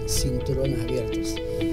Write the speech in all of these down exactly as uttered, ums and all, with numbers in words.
cinturones abiertos.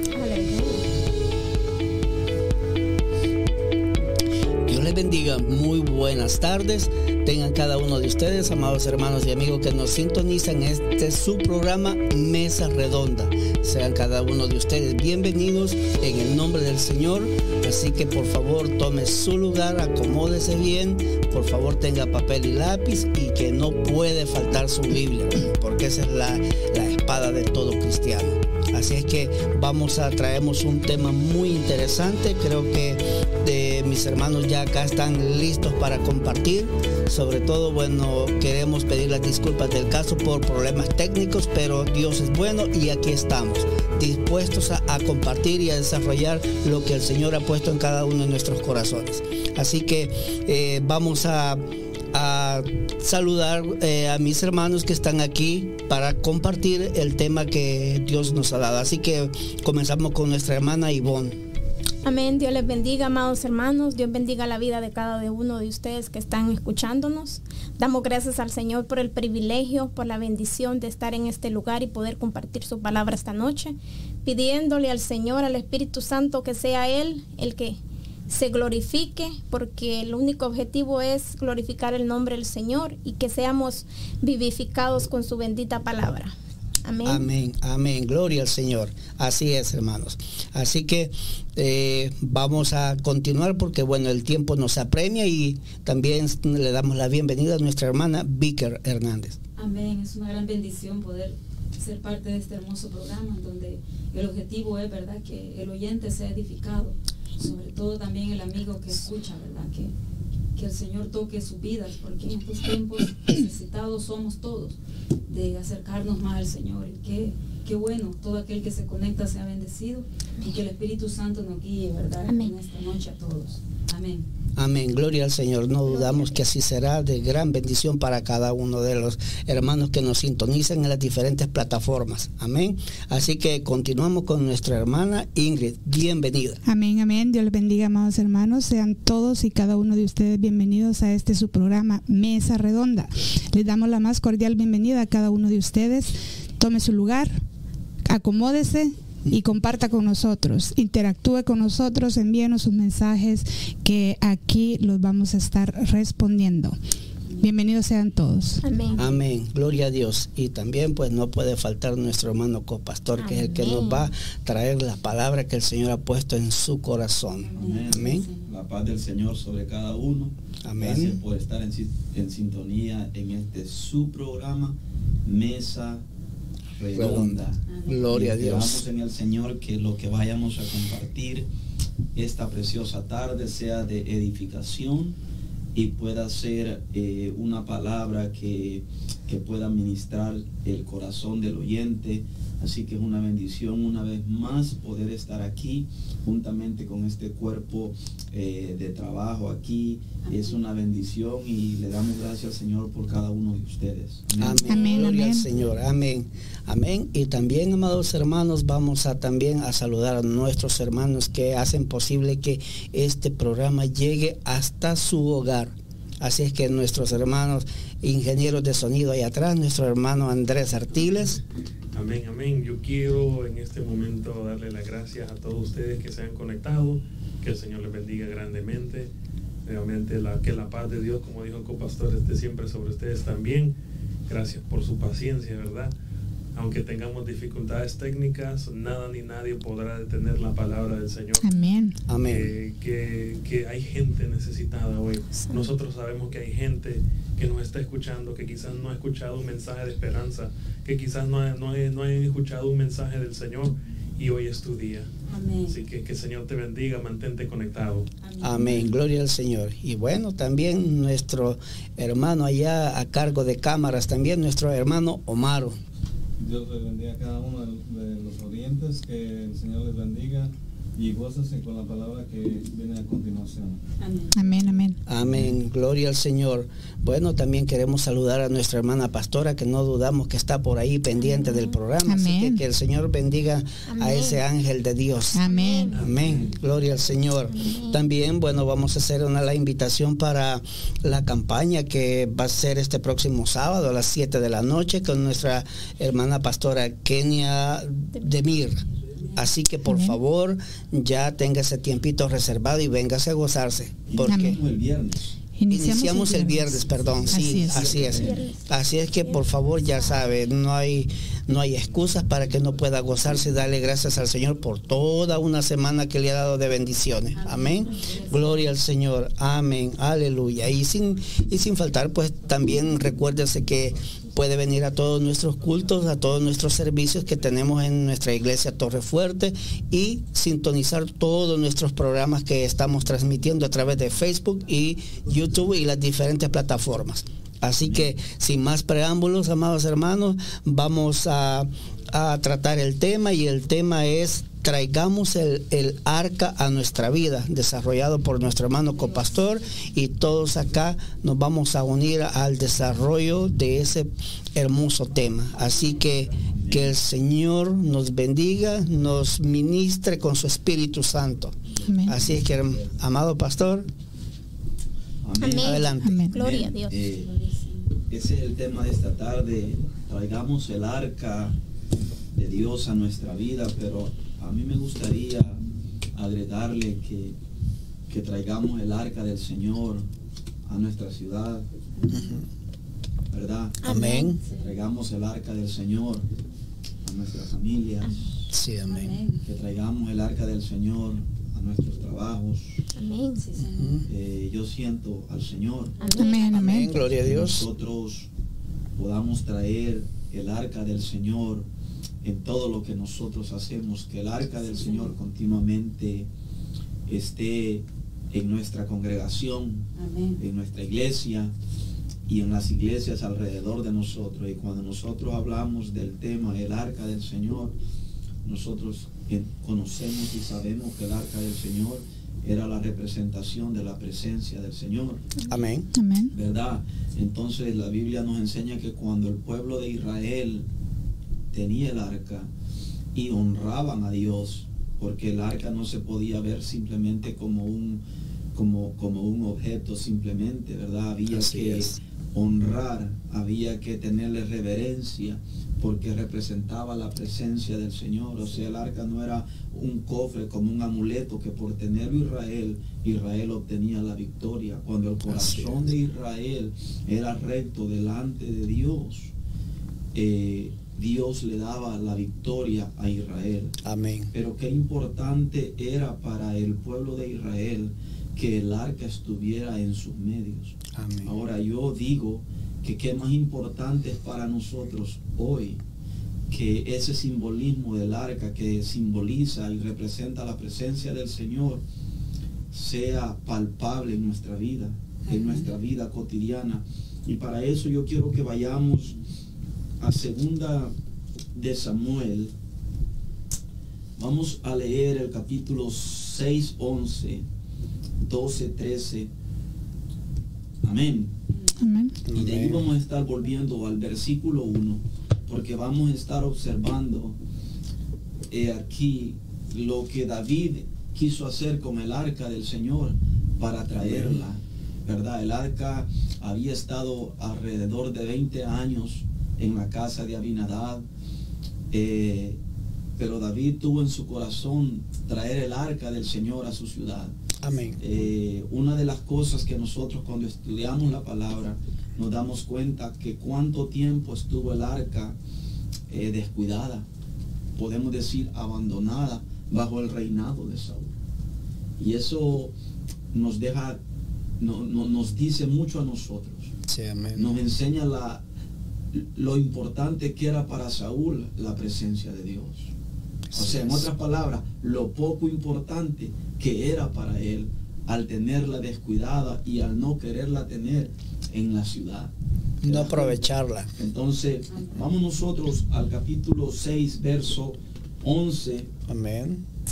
Dios les bendiga, muy buenas tardes. Tengan cada uno de ustedes, amados hermanos y amigos que nos sintonizan. Este es su programa Mesa Redonda. Sean cada uno de ustedes bienvenidos en el nombre del Señor. Así que por favor tome su lugar, acomódese bien, por favor tenga papel y lápiz, y que no puede faltar su Biblia, porque esa es la, la espada de todo cristiano. Así es que vamos a traemos un tema muy interesante. Creo que de, mis hermanos ya acá están listos para compartir. Sobre todo, bueno, queremos pedir las disculpas del caso por problemas técnicos, pero Dios es bueno y aquí estamos, dispuestos a, a compartir y a desarrollar lo que el Señor ha puesto en cada uno de nuestros corazones. Así que eh, vamos a, a saludar eh, a mis hermanos que están aquí para compartir el tema que Dios nos ha dado. Así que comenzamos con nuestra hermana Ivonne. Amén. Dios les bendiga, amados hermanos. Dios bendiga la vida de cada uno de ustedes que están escuchándonos. Damos gracias al Señor por el privilegio, por la bendición de estar en este lugar y poder compartir su palabra esta noche, pidiéndole al Señor, al Espíritu Santo, que sea Él el que se glorifique, porque el único objetivo es glorificar el nombre del Señor y que seamos vivificados con su bendita palabra. Amén. Amén, amén, gloria al Señor. Así es, hermanos. Así que eh, vamos a continuar porque, bueno, el tiempo nos apremia, y también le damos la bienvenida a nuestra hermana Víker Hernández. Amén, es una gran bendición poder ser parte de este hermoso programa, donde el objetivo es, ¿verdad?, que el oyente sea edificado, sobre todo también el amigo que escucha, ¿verdad?, que, que el Señor toque sus vidas, porque en estos tiempos necesitados somos todos de acercarnos más al Señor. Y que, que bueno, todo aquel que se conecta sea bendecido, y que el Espíritu Santo nos guíe, ¿verdad?, Amén, en esta noche a todos. Amén. Amén, gloria al Señor. No dudamos que así será, de gran bendición para cada uno de los hermanos que nos sintonizan en las diferentes plataformas. Amén. Así que continuamos con nuestra hermana Ingrid. Bienvenida. Amén, amén. Dios les bendiga, amados hermanos. Sean todos y cada uno de ustedes bienvenidos a este su programa Mesa Redonda. Les damos la más cordial bienvenida a cada uno de ustedes. Tome su lugar, acomódese y comparta con nosotros, interactúe con nosotros, envíenos sus mensajes, que aquí los vamos a estar respondiendo. Bienvenidos sean todos. Amén. Amén, gloria a Dios. Y también pues no puede faltar nuestro hermano copastor, Amén, que es el que nos va a traer la palabra que el Señor ha puesto en su corazón. Amén. Amén. La paz del Señor sobre cada uno. Amén. Gracias por estar en, en sintonía en este su programa Mesa Redonda. Gloria a Dios. Esperamos en el Señor que lo que vayamos a compartir esta preciosa tarde sea de edificación y pueda ser eh, una palabra que, que pueda ministrar el corazón del oyente. Así que es una bendición una vez más poder estar aquí juntamente con este cuerpo eh, de trabajo aquí. Es una bendición y le damos gracias al Señor por cada uno de ustedes. Amén. Amén. Gloria Amén. al Señor. Amén. Amén. Y también, amados hermanos, vamos a también a saludar a nuestros hermanos que hacen posible que este programa llegue hasta su hogar. Así es que nuestros hermanos ingenieros de sonido ahí atrás, nuestro hermano Andrés Artiles. Amén, amén. Yo quiero en este momento darle las gracias a todos ustedes que se han conectado, que el Señor les bendiga grandemente. Realmente la, que la paz de Dios, como dijo el copastor, esté siempre sobre ustedes también. Gracias por su paciencia, ¿verdad? Aunque tengamos dificultades técnicas, nada ni nadie podrá detener la palabra del Señor. Amén. Amén. Eh, que, que hay gente necesitada hoy. Nosotros sabemos que hay gente que nos está escuchando, que quizás no ha escuchado un mensaje de esperanza, que quizás no ha, no ha, no ha escuchado un mensaje del Señor, y hoy es tu día. Amén. Así que que el Señor te bendiga, mantente conectado. Amén. Amén, gloria al Señor. Y bueno, también nuestro hermano allá a cargo de cámaras, también nuestro hermano Omaro. Dios les bendiga a cada uno de los oyentes, que el Señor les bendiga y gózase con la palabra que viene a continuación. Amén. Amén, amén. Amén, gloria al Señor. Bueno, también queremos saludar a nuestra hermana pastora, que no dudamos que está por ahí pendiente del programa. Así que, Amén. que el Señor bendiga Amén. a ese ángel de Dios. Amén. Amén, gloria al Señor. Amén. También, bueno, vamos a hacer una la invitación para la campaña que va a ser este próximo sábado a las siete de la noche con nuestra hermana pastora Kenia Demir. Así que por Amén. favor ya tenga ese tiempito reservado y véngase a gozarse. Porque Amén. El viernes. Iniciamos, iniciamos el viernes, perdón, Así sí, es. así es. Así es que por favor ya sabe, no hay no hay excusas para que no pueda gozarse y darle gracias al Señor por toda una semana que le ha dado de bendiciones. Amén. Gloria al Señor. Amén. Aleluya. Y sin y sin faltar, pues también recuérdese que puede venir a todos nuestros cultos, a todos nuestros servicios que tenemos en nuestra iglesia Torre Fuerte y sintonizar todos nuestros programas que estamos transmitiendo a través de Facebook y YouTube y las diferentes plataformas. Así que sin más preámbulos, amados hermanos, vamos a, a tratar el tema, y el tema es: traigamos el, el arca a nuestra vida, desarrollado por nuestro hermano copastor, y todos acá nos vamos a unir al desarrollo de ese hermoso tema. Así que que el Señor nos bendiga, nos ministre con su Espíritu Santo. Amén. Así es que, amado pastor, Amén. adelante. Amén. Gloria a Dios. Eh, ese es el tema de esta tarde. Traigamos el arca de Dios a nuestra vida, pero a mí me gustaría agregarle que, que traigamos el arca del Señor a nuestra ciudad, ¿verdad? Amén. Que traigamos el arca del Señor a nuestras familias, Sí, amén. Amén. que traigamos el arca del Señor a nuestros trabajos. Amén. Sí, Señor. Eh, yo siento al Señor Amén, Amén. amén. Gloria a que Dios. nosotros podamos traer el arca del Señor en todo lo que nosotros hacemos, que el arca del Señor continuamente esté en nuestra congregación, Amén. en nuestra iglesia y en las iglesias alrededor de nosotros. Y cuando nosotros hablamos del tema el arca del Señor, nosotros conocemos y sabemos que el arca del Señor era la representación de la presencia del Señor, Amén. Amén. ¿verdad? Entonces la Biblia nos enseña que cuando el pueblo de Israel tenía el arca y honraban a Dios, porque el arca no se podía ver simplemente como un como, como un objeto simplemente, ¿verdad? Había Así que es. honrar, había que tenerle reverencia, porque representaba la presencia del Señor. O sea, el arca no era un cofre como un amuleto que por tenerlo Israel, Israel obtenía la victoria. Cuando el corazón de Israel era recto delante de Dios, eh, Dios le daba la victoria a Israel. Amén. Pero qué importante era para el pueblo de Israel que el arca estuviera en sus medios. Amén. Ahora yo digo que qué más importante es para nosotros hoy que ese simbolismo del arca que simboliza y representa la presencia del Señor sea palpable en nuestra vida, en nuestra vida cotidiana. Y para eso yo quiero que vayamos a segunda de Samuel. Vamos a leer el capítulo seis, once, doce, trece. Amén. Amén. Y de ahí vamos a estar volviendo al versículo uno, porque vamos a estar observando eh, aquí lo que David quiso hacer con el arca del Señor para traerla, ¿verdad? El arca había estado alrededor de veinte años en la casa de Abinadab, eh, pero David tuvo en su corazón traer el arca del Señor a su ciudad. Amén. Eh, una de las cosas que nosotros cuando estudiamos la palabra nos damos cuenta que cuánto tiempo estuvo el arca eh, descuidada, podemos decir abandonada, bajo el reinado de Saúl. Y eso nos deja, no, no, nos dice mucho a nosotros. Sí, amén. Nos enseña la, lo importante que era para Saúl la presencia de Dios. O sea, en otras palabras, lo poco importante que era para él al tenerla descuidada y al no quererla tener en la ciudad. No aprovecharla. Entonces, vamos nosotros al capítulo seis, verso once. Amén.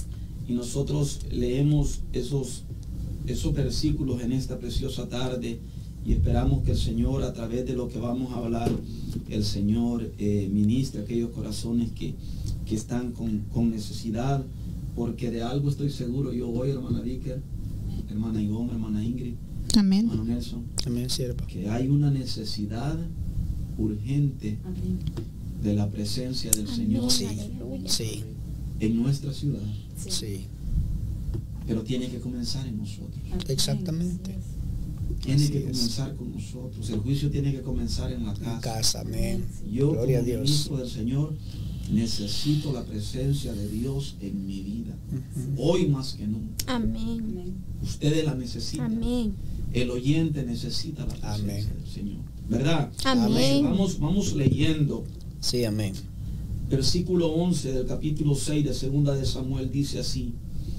y nosotros leemos esos, esos versículos en esta preciosa tarde y esperamos que el Señor, a través de lo que vamos a hablar, el Señor eh, ministre a aquellos corazones que, que están con, con necesidad, porque de algo estoy seguro yo hoy, hermana Víquer, hermana Ivonne, hermana Ingrid, Amén. hermano Nelson, Amén, sierva. que hay una necesidad urgente Amén. de la presencia del Amén. Señor Sí, Aleluya. sí, en nuestra ciudad, Sí. sí. pero tiene que comenzar en nosotros. Amén. Exactamente. Así es. Tiene Así que es. comenzar con nosotros. El juicio tiene que comenzar en la En casa. casa, amén. Yo, Gloria a como Dios. ministro del Señor, necesito la presencia de Dios en mi vida. Ujú. Hoy más que nunca. Amén. Amén. Ustedes la necesitan. Amén. El oyente necesita la presencia Amén. del Señor. ¿Verdad? Amén. Vamos, vamos leyendo. Sí, amén. Versículo once del capítulo seis de segunda de Samuel dice así: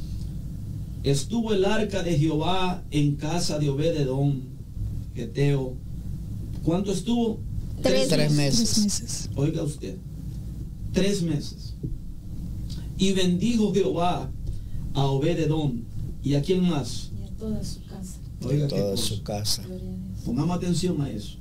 estuvo el arca de Jehová en casa de Obed-edom, geteo. ¿Cuánto estuvo? Tres Tres meses. Tres meses. Oiga usted, tres meses. Y bendijo Jehová a Obed-edom. ¿Y a quién más? Y a toda su casa. Oiga qué Toda cosa. su casa. Gloria a Dios. Pongamos atención a eso.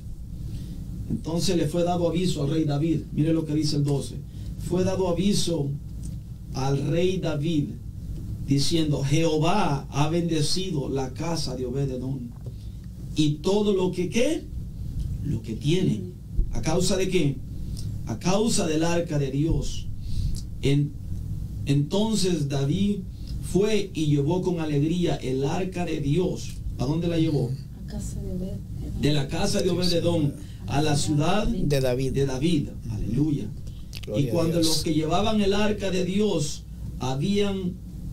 Entonces le fue dado aviso al rey David. Mire lo que dice el doce. Fue dado aviso al rey David diciendo: Jehová ha bendecido la casa de Obed-edom y todo lo que qué, lo que tiene. ¿A causa de qué? A causa del arca de Dios. En, entonces David fue y llevó con alegría el arca de Dios. ¿A dónde la llevó? A casa de Obed. De la casa de Obed-edom a la ciudad De David. de David. Aleluya. Gloria Y a cuando Dios. los que llevaban el arca de Dios habían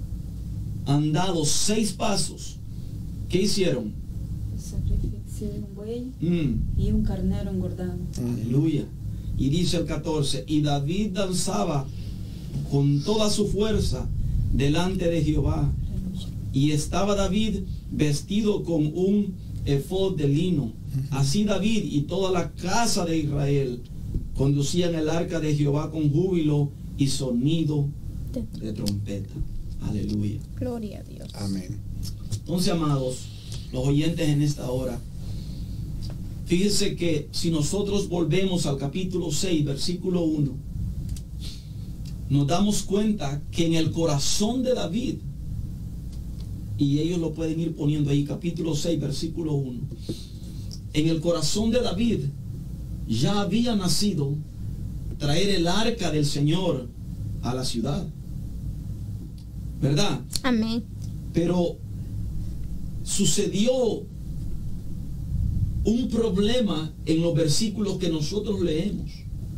andado seis pasos, ¿qué hicieron? El sacrificio de un buey Mm, y un carnero engordado. aleluya. Y dice el catorce: y David danzaba con toda su fuerza delante de Jehová. Aleluya. Y estaba David vestido con un efod de lino. Así David y toda la casa de Israel conducían el arca de Jehová con júbilo y sonido de trompeta. Aleluya. Gloria a Dios. Amén. Entonces, amados, los oyentes en esta hora, fíjense que si nosotros volvemos al capítulo seis, versículo uno, nos damos cuenta que en el corazón de David, y ellos lo pueden ir poniendo ahí, capítulo seis, versículo uno, en el corazón de David ya había nacido traer el arca del Señor a la ciudad, ¿verdad? Amén. Pero sucedió un problema en los versículos que nosotros leemos.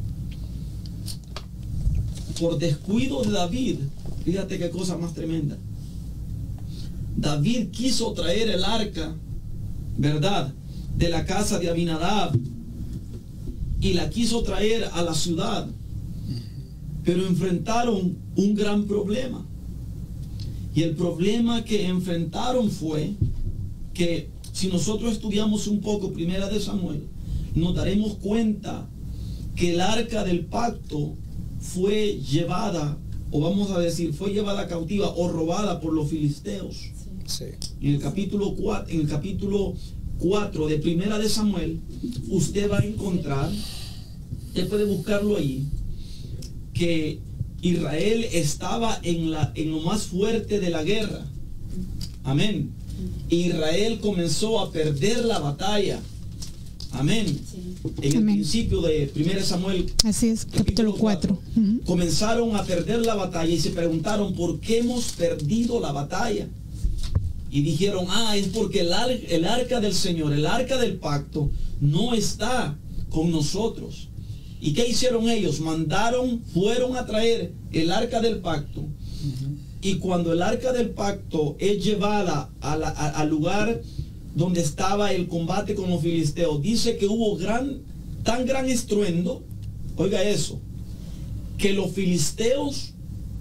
Por descuido de David, fíjate qué cosa más tremenda. David quiso traer el arca, ¿verdad?, de la casa de Abinadab, y la quiso traer a la ciudad, pero enfrentaron un gran problema. Y el problema que enfrentaron fue que si nosotros estudiamos un poco Primera de Samuel, nos daremos cuenta que el arca del pacto fue llevada, o vamos a decir, fue llevada cautiva o robada por los filisteos. Sí. En el capítulo cuatro, en el capítulo cuatro de Primera de Samuel, usted va a encontrar, usted puede buscarlo ahí, que Israel estaba en, la, en lo más fuerte de la guerra. Amén. Israel comenzó a perder la batalla. Amén. Sí. En el Amén. principio de Primera Samuel, Así es, capítulo cuatro. Ujú. comenzaron a perder la batalla y se preguntaron: ¿por qué hemos perdido la batalla? Y dijeron: ah, es porque el, ar- el arca del Señor, el arca del pacto, no está con nosotros. ¿Y qué hicieron ellos? Mandaron, fueron a traer el arca del pacto. Y cuando el arca del pacto es llevada a la- a- al lugar donde estaba el combate con los filisteos, dice que hubo gran, tan gran estruendo, oiga eso, que los filisteos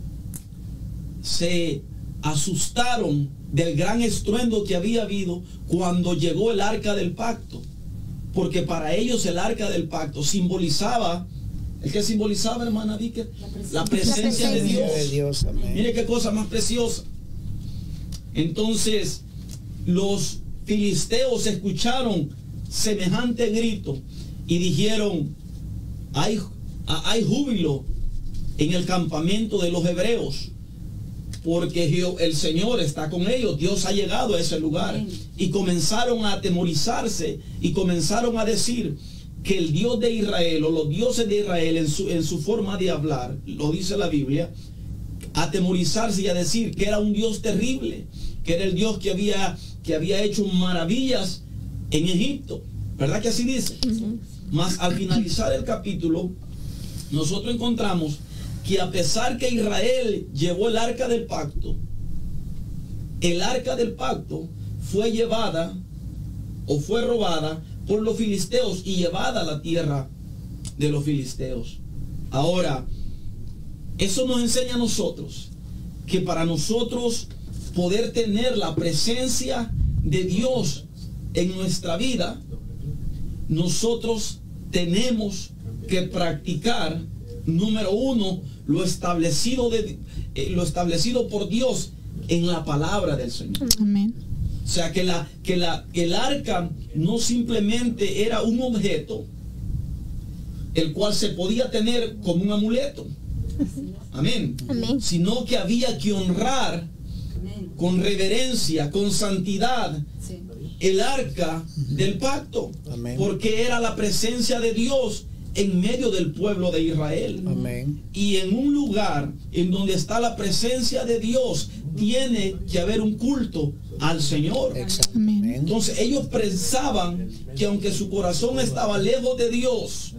se asustaron del gran estruendo que había habido cuando llegó el arca del pacto, porque para ellos el arca del pacto simbolizaba El que simbolizaba, hermana Vicky, La presencia, la presencia de Dios. De Dios, amén. Mire qué cosa más preciosa. Entonces, los filisteos escucharon semejante grito y dijeron, hay, hay júbilo en el campamento de los hebreos, porque el Señor está con ellos, Dios ha llegado a ese lugar. Y comenzaron a atemorizarse y comenzaron a decir que el Dios de Israel, o los dioses de Israel en su, en su forma de hablar, lo dice la Biblia, atemorizarse y a decir que era un Dios terrible, que era el Dios que había, que había hecho maravillas en Egipto. ¿Verdad que así dice? Uh-huh. Mas al finalizar el capítulo, nosotros encontramos que a pesar que Israel llevó el arca del pacto, el arca del pacto fue llevada o fue robada por los filisteos y llevada a la tierra de los filisteos. Ahora, eso nos enseña a nosotros que para nosotros poder tener la presencia de Dios en nuestra vida, nosotros tenemos que practicar, número uno, lo establecido, de, eh, lo establecido por Dios en la palabra del Señor. Amén. O sea, que, la, que la, el arca no simplemente era un objeto, el cual se podía tener como un amuleto. Amén. Amén. Sino que había que honrar Amén. Con reverencia, con santidad, Sí. el arca del pacto. Amén. Porque era la presencia de Dios en medio del pueblo de Israel. Amén. Y en un lugar en donde está la presencia de Dios, tiene que haber un culto al Señor. Exactamente. Entonces ellos pensaban que aunque su corazón estaba lejos de Dios,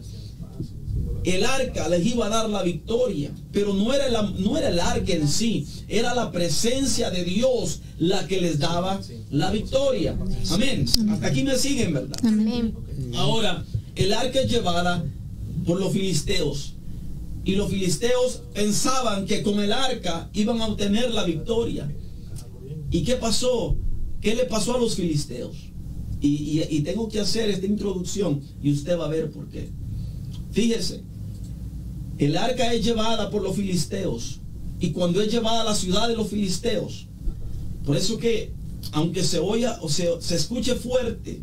el arca les iba a dar la victoria. Pero no era, la, no era el arca en sí, era la presencia de Dios la que les daba la victoria. Amén. Hasta aquí me siguen, ¿verdad? Amén. Ahora, el arca es llevada por los filisteos. Y los filisteos pensaban que con el arca iban a obtener la victoria. ¿Y qué pasó? ¿Qué le pasó a los filisteos? Y, y, y tengo que hacer esta introducción y usted va a ver por qué. Fíjese, el arca es llevada por los filisteos. Y cuando es llevada a la ciudad de los filisteos, por eso que, aunque se oiga o se, se escuche fuerte,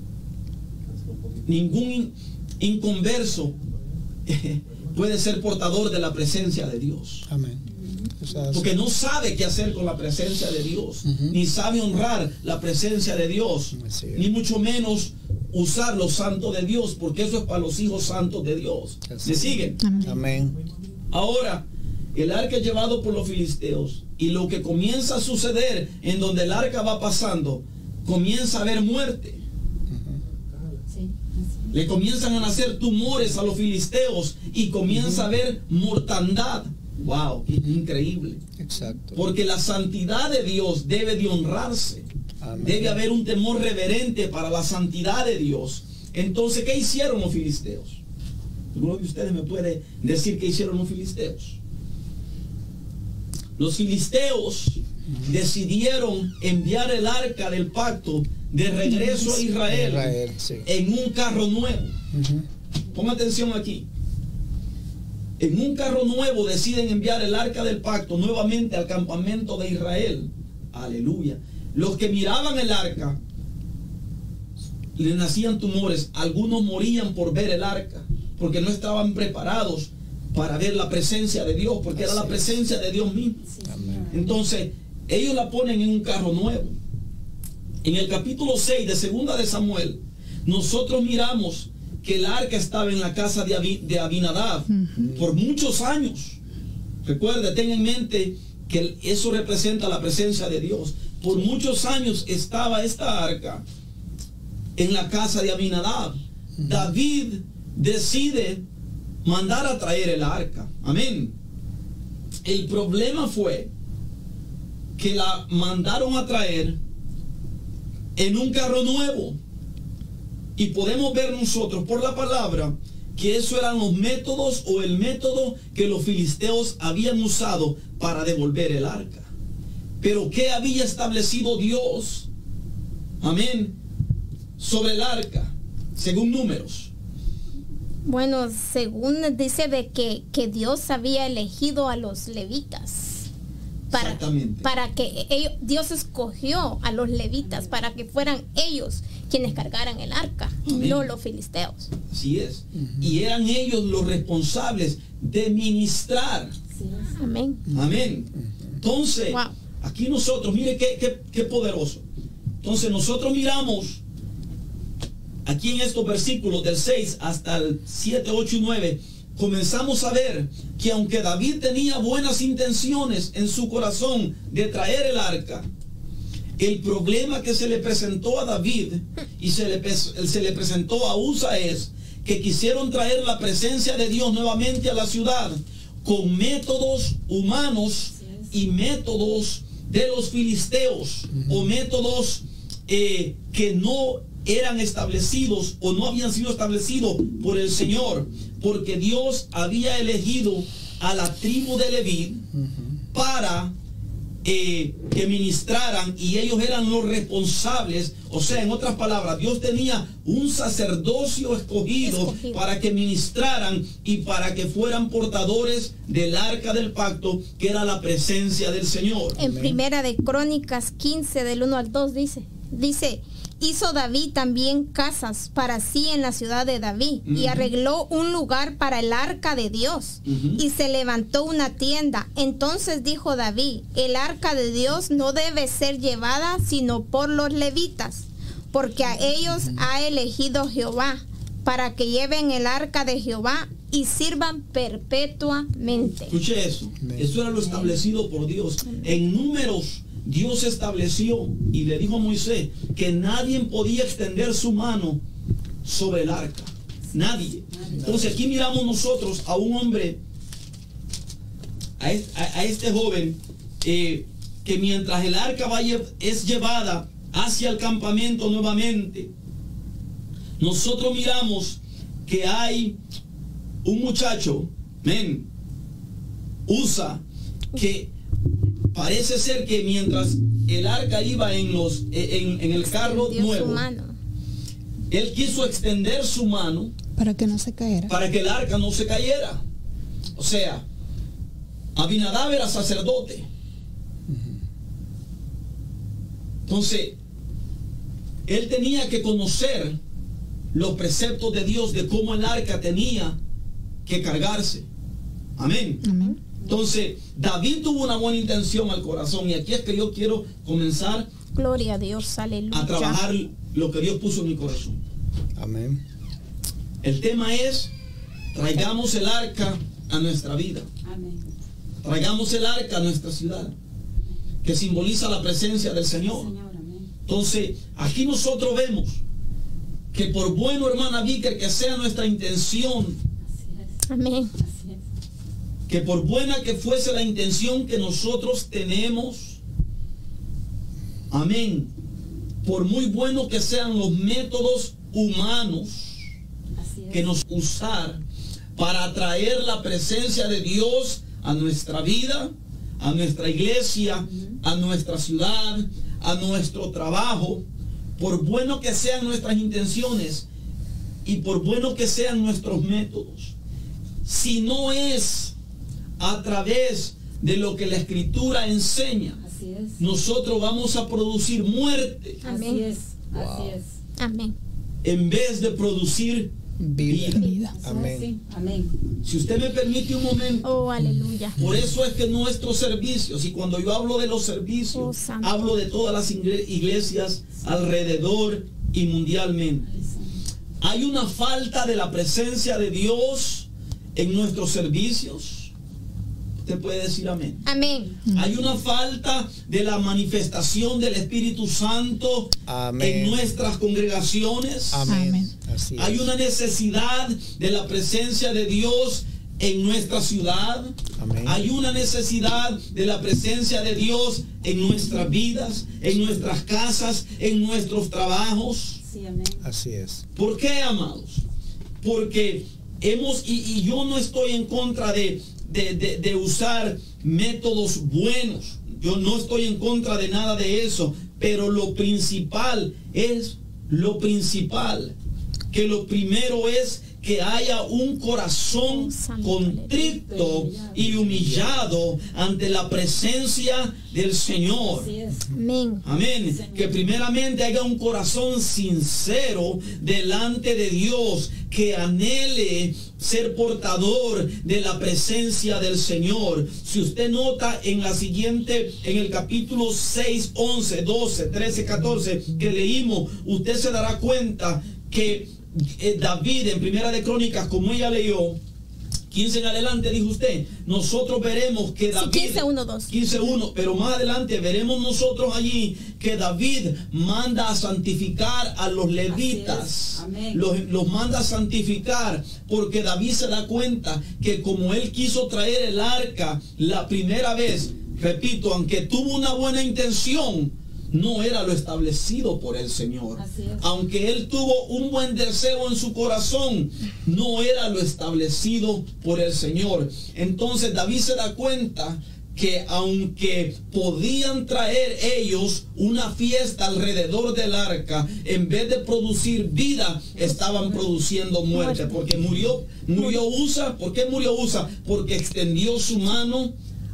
ningún in, inconverso eh, puede ser portador de la presencia de Dios. Amén. Porque no sabe qué hacer con la presencia de Dios, uh-huh. ni sabe honrar la presencia de Dios, Así ni mucho menos usar los santos de Dios, porque eso es para los hijos santos de Dios. Así. ¿Me siguen? Amén. Amén. Ahora, el arca es llevado por los filisteos, y lo que comienza a suceder en donde el arca va pasando, comienza a haber muerte. Sí. Le comienzan a nacer tumores a los filisteos y comienza a haber mortandad. Wow, qué increíble. Exacto. Porque la santidad de Dios debe de honrarse. Amén. Debe haber un temor reverente para la santidad de Dios. Entonces, ¿qué hicieron los filisteos? ¿Alguno de ustedes me puede decir qué hicieron los filisteos? Los filisteos uh-huh. decidieron enviar el arca del pacto de regreso a Israel, Israel sí. en un carro nuevo. Uh-huh. Ponga atención aquí. En un carro nuevo deciden enviar el arca del pacto nuevamente al campamento de Israel. Aleluya. Los que miraban el arca les nacían tumores. Algunos morían por ver el arca, porque no estaban preparados para ver la presencia de Dios, porque Así era la presencia de Dios mismo. Amén. Entonces, ellos la ponen en un carro nuevo. En el capítulo seis de Segunda de Samuel, nosotros miramos que el arca estaba en la casa de, Abi, de Abinadab uh-huh. por muchos años. Recuerde, ten en mente que eso representa la presencia de Dios. Por muchos años estaba esta arca en la casa de Abinadab. Uh-huh. David decide mandar a traer el arca. Amén. El problema fue que la mandaron a traer en un carro nuevo. Y podemos ver nosotros por la palabra que eso eran los métodos o el método que los filisteos habían usado para devolver el arca. Pero ¿qué había establecido Dios? Amén. Sobre el arca, según Números. Bueno, según dice de que, que Dios había elegido a los levitas. Para, Exactamente. para que ellos, Dios escogió a los levitas para que fueran ellos quienes cargaran el arca, Amén. no los filisteos. Así es. Y eran ellos los responsables de ministrar. Amén. Amén. Entonces, Wow. aquí nosotros, mire qué, qué, qué poderoso. Entonces nosotros miramos aquí en estos versículos del seis hasta el siete, ocho y nueve, comenzamos a ver que aunque David tenía buenas intenciones en su corazón de traer el arca, el problema que se le presentó a David y se le, se le presentó a Usa es que quisieron traer la presencia de Dios nuevamente a la ciudad con métodos humanos y métodos de los filisteos, o métodos eh, que no eran establecidos o no habían sido establecidos por el Señor, porque Dios había elegido a la tribu de Leví para eh, que ministraran, y ellos eran los responsables. O sea, en otras palabras, Dios tenía un sacerdocio escogido, Escogido. para que ministraran y para que fueran portadores del arca del pacto, que era la presencia del Señor. En Primera de Crónicas quince del uno al dos dice, dice, hizo David también casas para sí en la ciudad de David, y Ujú. arregló un lugar para el arca de Dios, Ujú. y se levantó una tienda. Entonces dijo David, el arca de Dios no debe ser llevada sino por los levitas, porque a ellos ha elegido Jehová, para que lleven el arca de Jehová y sirvan perpetuamente. Escuche eso. Eso era lo establecido por Dios. En Números, Dios estableció y le dijo a Moisés que nadie podía extender su mano sobre el arca. Nadie. Entonces aquí miramos nosotros a un hombre, a este, a, a este joven, eh, que mientras el arca va, es llevada hacia el campamento nuevamente, nosotros miramos que hay un muchacho, men, Usa, que parece ser que mientras el arca iba en los en, en el carro Extendió su nuevo, mano. él quiso extender su mano Para que no se cayera. para que el arca no se cayera. O sea, Abinadab era sacerdote. Entonces, él tenía que conocer los preceptos de Dios de cómo el arca tenía que cargarse. Amén. Amén. Entonces, David tuvo una buena intención al corazón, y aquí es que yo quiero comenzar Gloria a Dios, aleluya. a trabajar lo que Dios puso en mi corazón. Amén. El tema es: traigamos el arca a nuestra vida. Amén. Traigamos el arca a nuestra ciudad, que simboliza la presencia del Señor. Señor, amén. Entonces, aquí nosotros vemos que por bueno, hermana Víker, que sea nuestra intención, Así es. Amén. Así es. que por buena que fuese la intención que nosotros tenemos, amén, por muy bueno que sean los métodos humanos Así es. que nos usar para atraer la presencia de Dios a nuestra vida, a nuestra iglesia, a nuestra ciudad, a nuestro trabajo, por bueno que sean nuestras intenciones y por bueno que sean nuestros métodos, si no es a través de lo que la Escritura enseña, Así es. nosotros vamos a producir muerte Amén. Así es. Así Wow. es. Amén. en vez de producir Vida. Vida. Así es, Amén. sí. Amén. Si usted me permite un momento, Oh, aleluya. por eso es que nuestros servicios, y cuando yo hablo de los servicios, Oh, santo. hablo de todas las ingle- iglesias alrededor y mundialmente. Ay, Señor. Hay una falta de la presencia de Dios en nuestros servicios. Usted puede decir amén. Amén. Hay una falta de la manifestación del Espíritu Santo Amén. en nuestras congregaciones. Amén. Amén. Así Hay es. una necesidad de la presencia de Dios en nuestra ciudad. Amén. Hay una necesidad de la presencia de Dios en nuestras vidas, en nuestras casas, en nuestros trabajos. Sí, amén. Así es. ¿Por qué, amados? Porque hemos, y, y yo no estoy en contra de, de, de- de usar métodos buenos. Yo no estoy en contra de nada de eso. Pero lo principal es lo principal. Que lo primero es que haya un corazón contrito y humillado ante la presencia del Señor. Amén. Amén. Que primeramente haya un corazón sincero delante de Dios, que anhele ser portador de la presencia del Señor. Si usted nota en la siguiente, en el capítulo seis, once, doce, trece, catorce que leímos, usted se dará cuenta que eh, David en Primera de Crónicas, como ella leyó, quince en adelante, dijo usted, nosotros veremos que David, sí, quince, uno, dos. quince, uno, pero más adelante veremos nosotros allí que David manda a santificar a los levitas, los, los manda a santificar, porque David se da cuenta que como él quiso traer el arca la primera vez, repito, aunque tuvo una buena intención, no era lo establecido por el Señor. Aunque él tuvo un buen deseo en su corazón, no era lo establecido por el Señor. Entonces David se da cuenta que aunque podían traer ellos una fiesta alrededor del arca, en vez de producir vida, estaban produciendo muerte. Porque murió, murió Usa. ¿Por qué murió Usa? Porque extendió su mano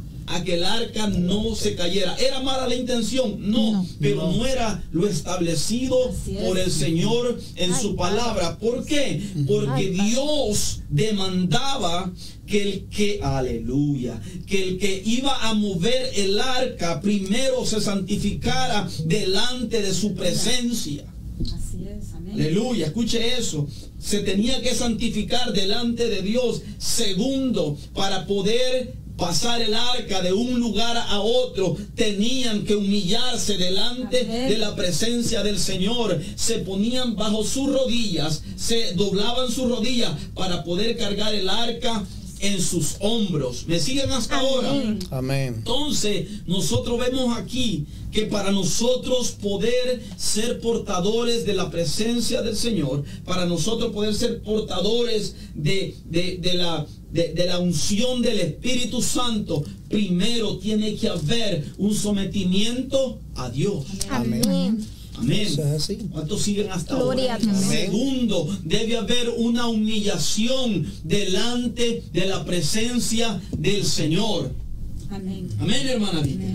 a que el arca no se cayera. ¿Era mala la intención? No, no pero no. no era lo establecido por el Señor en Ay, su palabra. ¿Por qué? Porque Ay, Dios demandaba que el que, aleluya, que el que iba a mover el arca primero se santificara delante de su presencia. Así es, amén. Aleluya, escuche eso. Se tenía que santificar delante de Dios. Segundo, para poder pasar el arca de un lugar a otro, tenían que humillarse delante Amén. de la presencia del Señor. Se ponían bajo sus rodillas, se doblaban sus rodillas para poder cargar el arca en sus hombros. ¿Me siguen hasta Amén. ahora? Amén. Entonces, nosotros vemos aquí que para nosotros poder ser portadores de la presencia del Señor, para nosotros poder ser portadores de, de, de la De, de la unción del Espíritu Santo, primero tiene que haber un sometimiento a Dios. Amén. Amén. ¿Sí? ¿Cuántos siguen hasta Gloria ahora? a Dios. Segundo, debe haber una humillación delante de la presencia del Señor. Amén. Amén, hermana. Amén.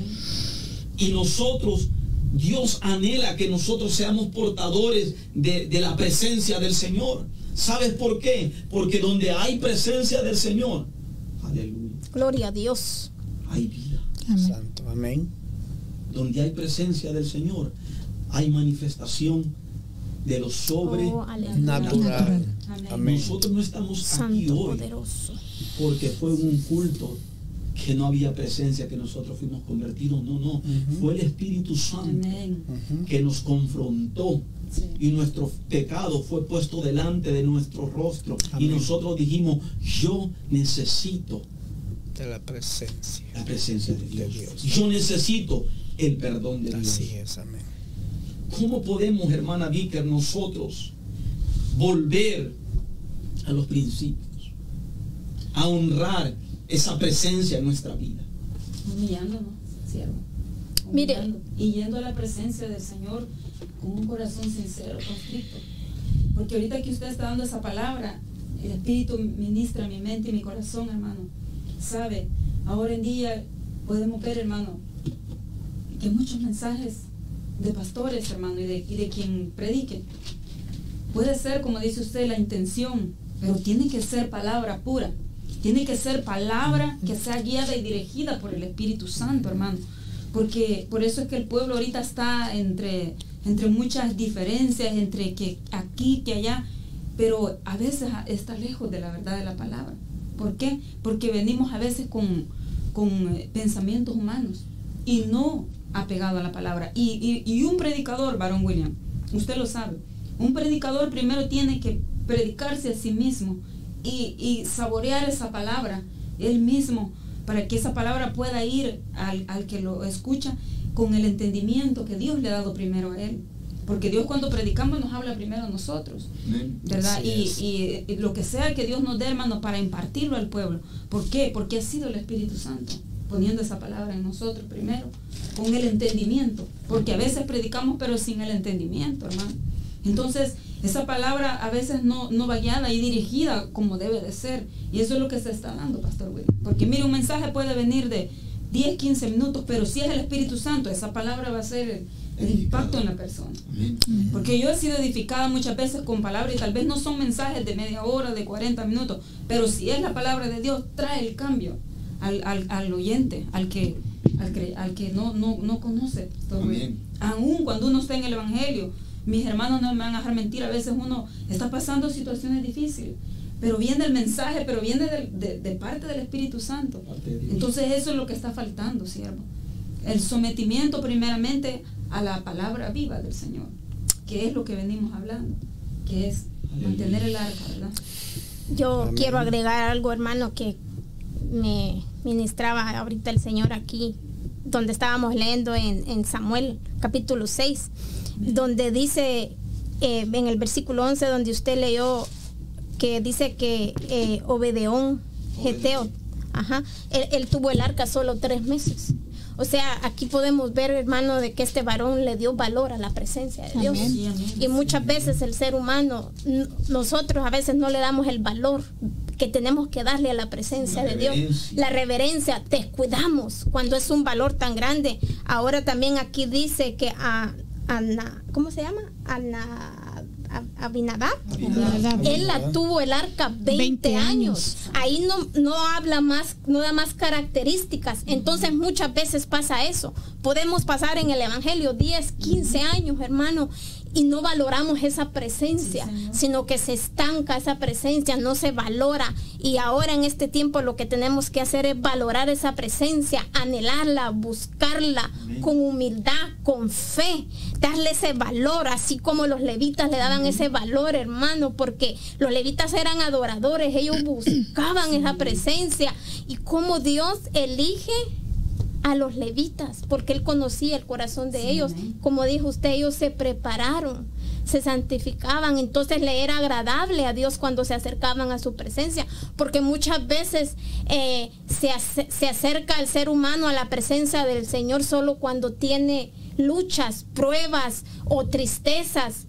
Y nosotros, Dios anhela que nosotros seamos portadores de, de la presencia del Señor. ¿Sabes por qué? Porque donde hay presencia del Señor, aleluya, gloria a Dios, hay vida. Amén. Santo, amén. Donde hay presencia del Señor, hay manifestación de lo sobrenatural. Oh, amén. Nosotros no estamos Santo, aquí hoy poderoso, porque fue un culto que no había presencia, que nosotros fuimos convertidos. No, no. Uh-huh. Fue el Espíritu Santo uh-huh. que nos confrontó. Sí. Y nuestro pecado fue puesto delante de nuestro rostro. Amén. Y nosotros dijimos, yo necesito de la presencia, la presencia de Dios. de Dios. Yo necesito el perdón de Dios. Así es, amén. ¿Cómo podemos, hermana Víker, nosotros volver a los principios, a honrar esa presencia en nuestra vida? Humillándonos, siervo. Mire, y yendo a la presencia del Señor con un corazón sincero, constricto. Porque ahorita que usted está dando esa palabra, el Espíritu ministra mi mente y mi corazón, hermano. Sabe, ahora en día podemos ver, hermano, que muchos mensajes de pastores, hermano, y de, y de quien predique, puede ser, como dice usted, la intención, pero tiene que ser palabra pura. Tiene que ser palabra que sea guiada y dirigida por el Espíritu Santo, hermano. Porque por eso es que el pueblo ahorita está entre, entre muchas diferencias, entre que aquí, que allá, pero a veces está lejos de la verdad de la palabra. ¿Por qué? Porque venimos a veces con, con pensamientos humanos y no apegado a la palabra. Y, y, y un predicador, varón William, usted lo sabe, un predicador primero tiene que predicarse a sí mismo y, y saborear esa palabra él mismo, para que esa palabra pueda ir al, al que lo escucha con el entendimiento que Dios le ha dado primero a él. Porque Dios, cuando predicamos, nos habla primero a nosotros, ¿verdad? Y, y, y lo que sea que Dios nos dé, hermano, para impartirlo al pueblo. ¿Por qué? Porque ha sido el Espíritu Santo poniendo esa palabra en nosotros primero, con el entendimiento. Porque a veces predicamos, pero sin el entendimiento, hermano. Entonces, esa palabra a veces no, no va guiada y dirigida como debe de ser. Y eso es lo que se está dando, Pastor William. Porque mire, un mensaje puede venir de diez, quince minutos, pero si es el Espíritu Santo, esa palabra va a ser el, el impacto en la persona. Porque yo he sido edificada muchas veces con palabras y tal vez no son mensajes de media hora, de cuarenta minutos, pero si es la palabra de Dios, trae el cambio al, al, al oyente, al que, al que, al que no, no, no conoce. Aún cuando uno está en el Evangelio, mis hermanos no me van a dejar mentir, a veces uno está pasando situaciones difíciles, pero viene el mensaje, pero viene de, de, de parte del Espíritu Santo. Entonces eso es lo que está faltando, siervo. El sometimiento primeramente a la palabra viva del Señor, que es lo que venimos hablando, que es mantener el arca, ¿verdad? Yo Amén. Quiero agregar algo, hermano, que me ministraba ahorita el Señor aquí, donde estábamos leyendo en, en Samuel capítulo seis, donde dice eh, en el versículo once, donde usted leyó, que dice que eh, Obedeón, Geteo, ajá, él, él tuvo el arca solo tres meses. O sea, aquí podemos ver, hermano, de que este varón le dio valor a la presencia de Dios. Amén. Y muchas veces el ser humano, nosotros a veces no le damos el valor que tenemos que darle a la presencia La de Dios. reverencia. La reverencia, descuidamos cuando es un valor tan grande. Ahora también aquí dice que a Ana, ¿cómo se llama? Ana Abinadab. Abinadab. Él la tuvo el arca veinte, veinte años. años. Ahí no, no habla más, no da más características. Entonces muchas veces pasa eso. Podemos pasar en el Evangelio diez, quince años, hermano, y no valoramos esa presencia, Sí, sino que se estanca esa presencia, no se valora. Y ahora en este tiempo lo que tenemos que hacer es valorar esa presencia, anhelarla, buscarla. Amén. Con humildad, con fe, darle ese valor, así como los levitas le daban Amén. Ese valor, hermano, porque los levitas eran adoradores, ellos buscaban sí. esa presencia. Y como Dios elige a los levitas, porque él conocía el corazón de sí, ellos. Amén. Como dijo usted, ellos se prepararon, se santificaban, entonces le era agradable a Dios cuando se acercaban a su presencia, porque muchas veces eh, se, ac- se acerca el ser humano a la presencia del Señor solo cuando tiene luchas, pruebas o tristezas,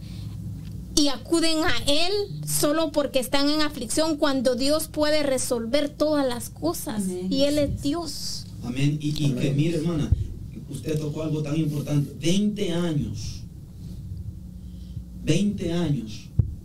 y acuden a Él solo porque están en aflicción, cuando Dios puede resolver todas las cosas. Amén. Y Él es Dios. Amén. Y, y que mire, hermana, usted tocó algo tan importante. veinte años. veinte años.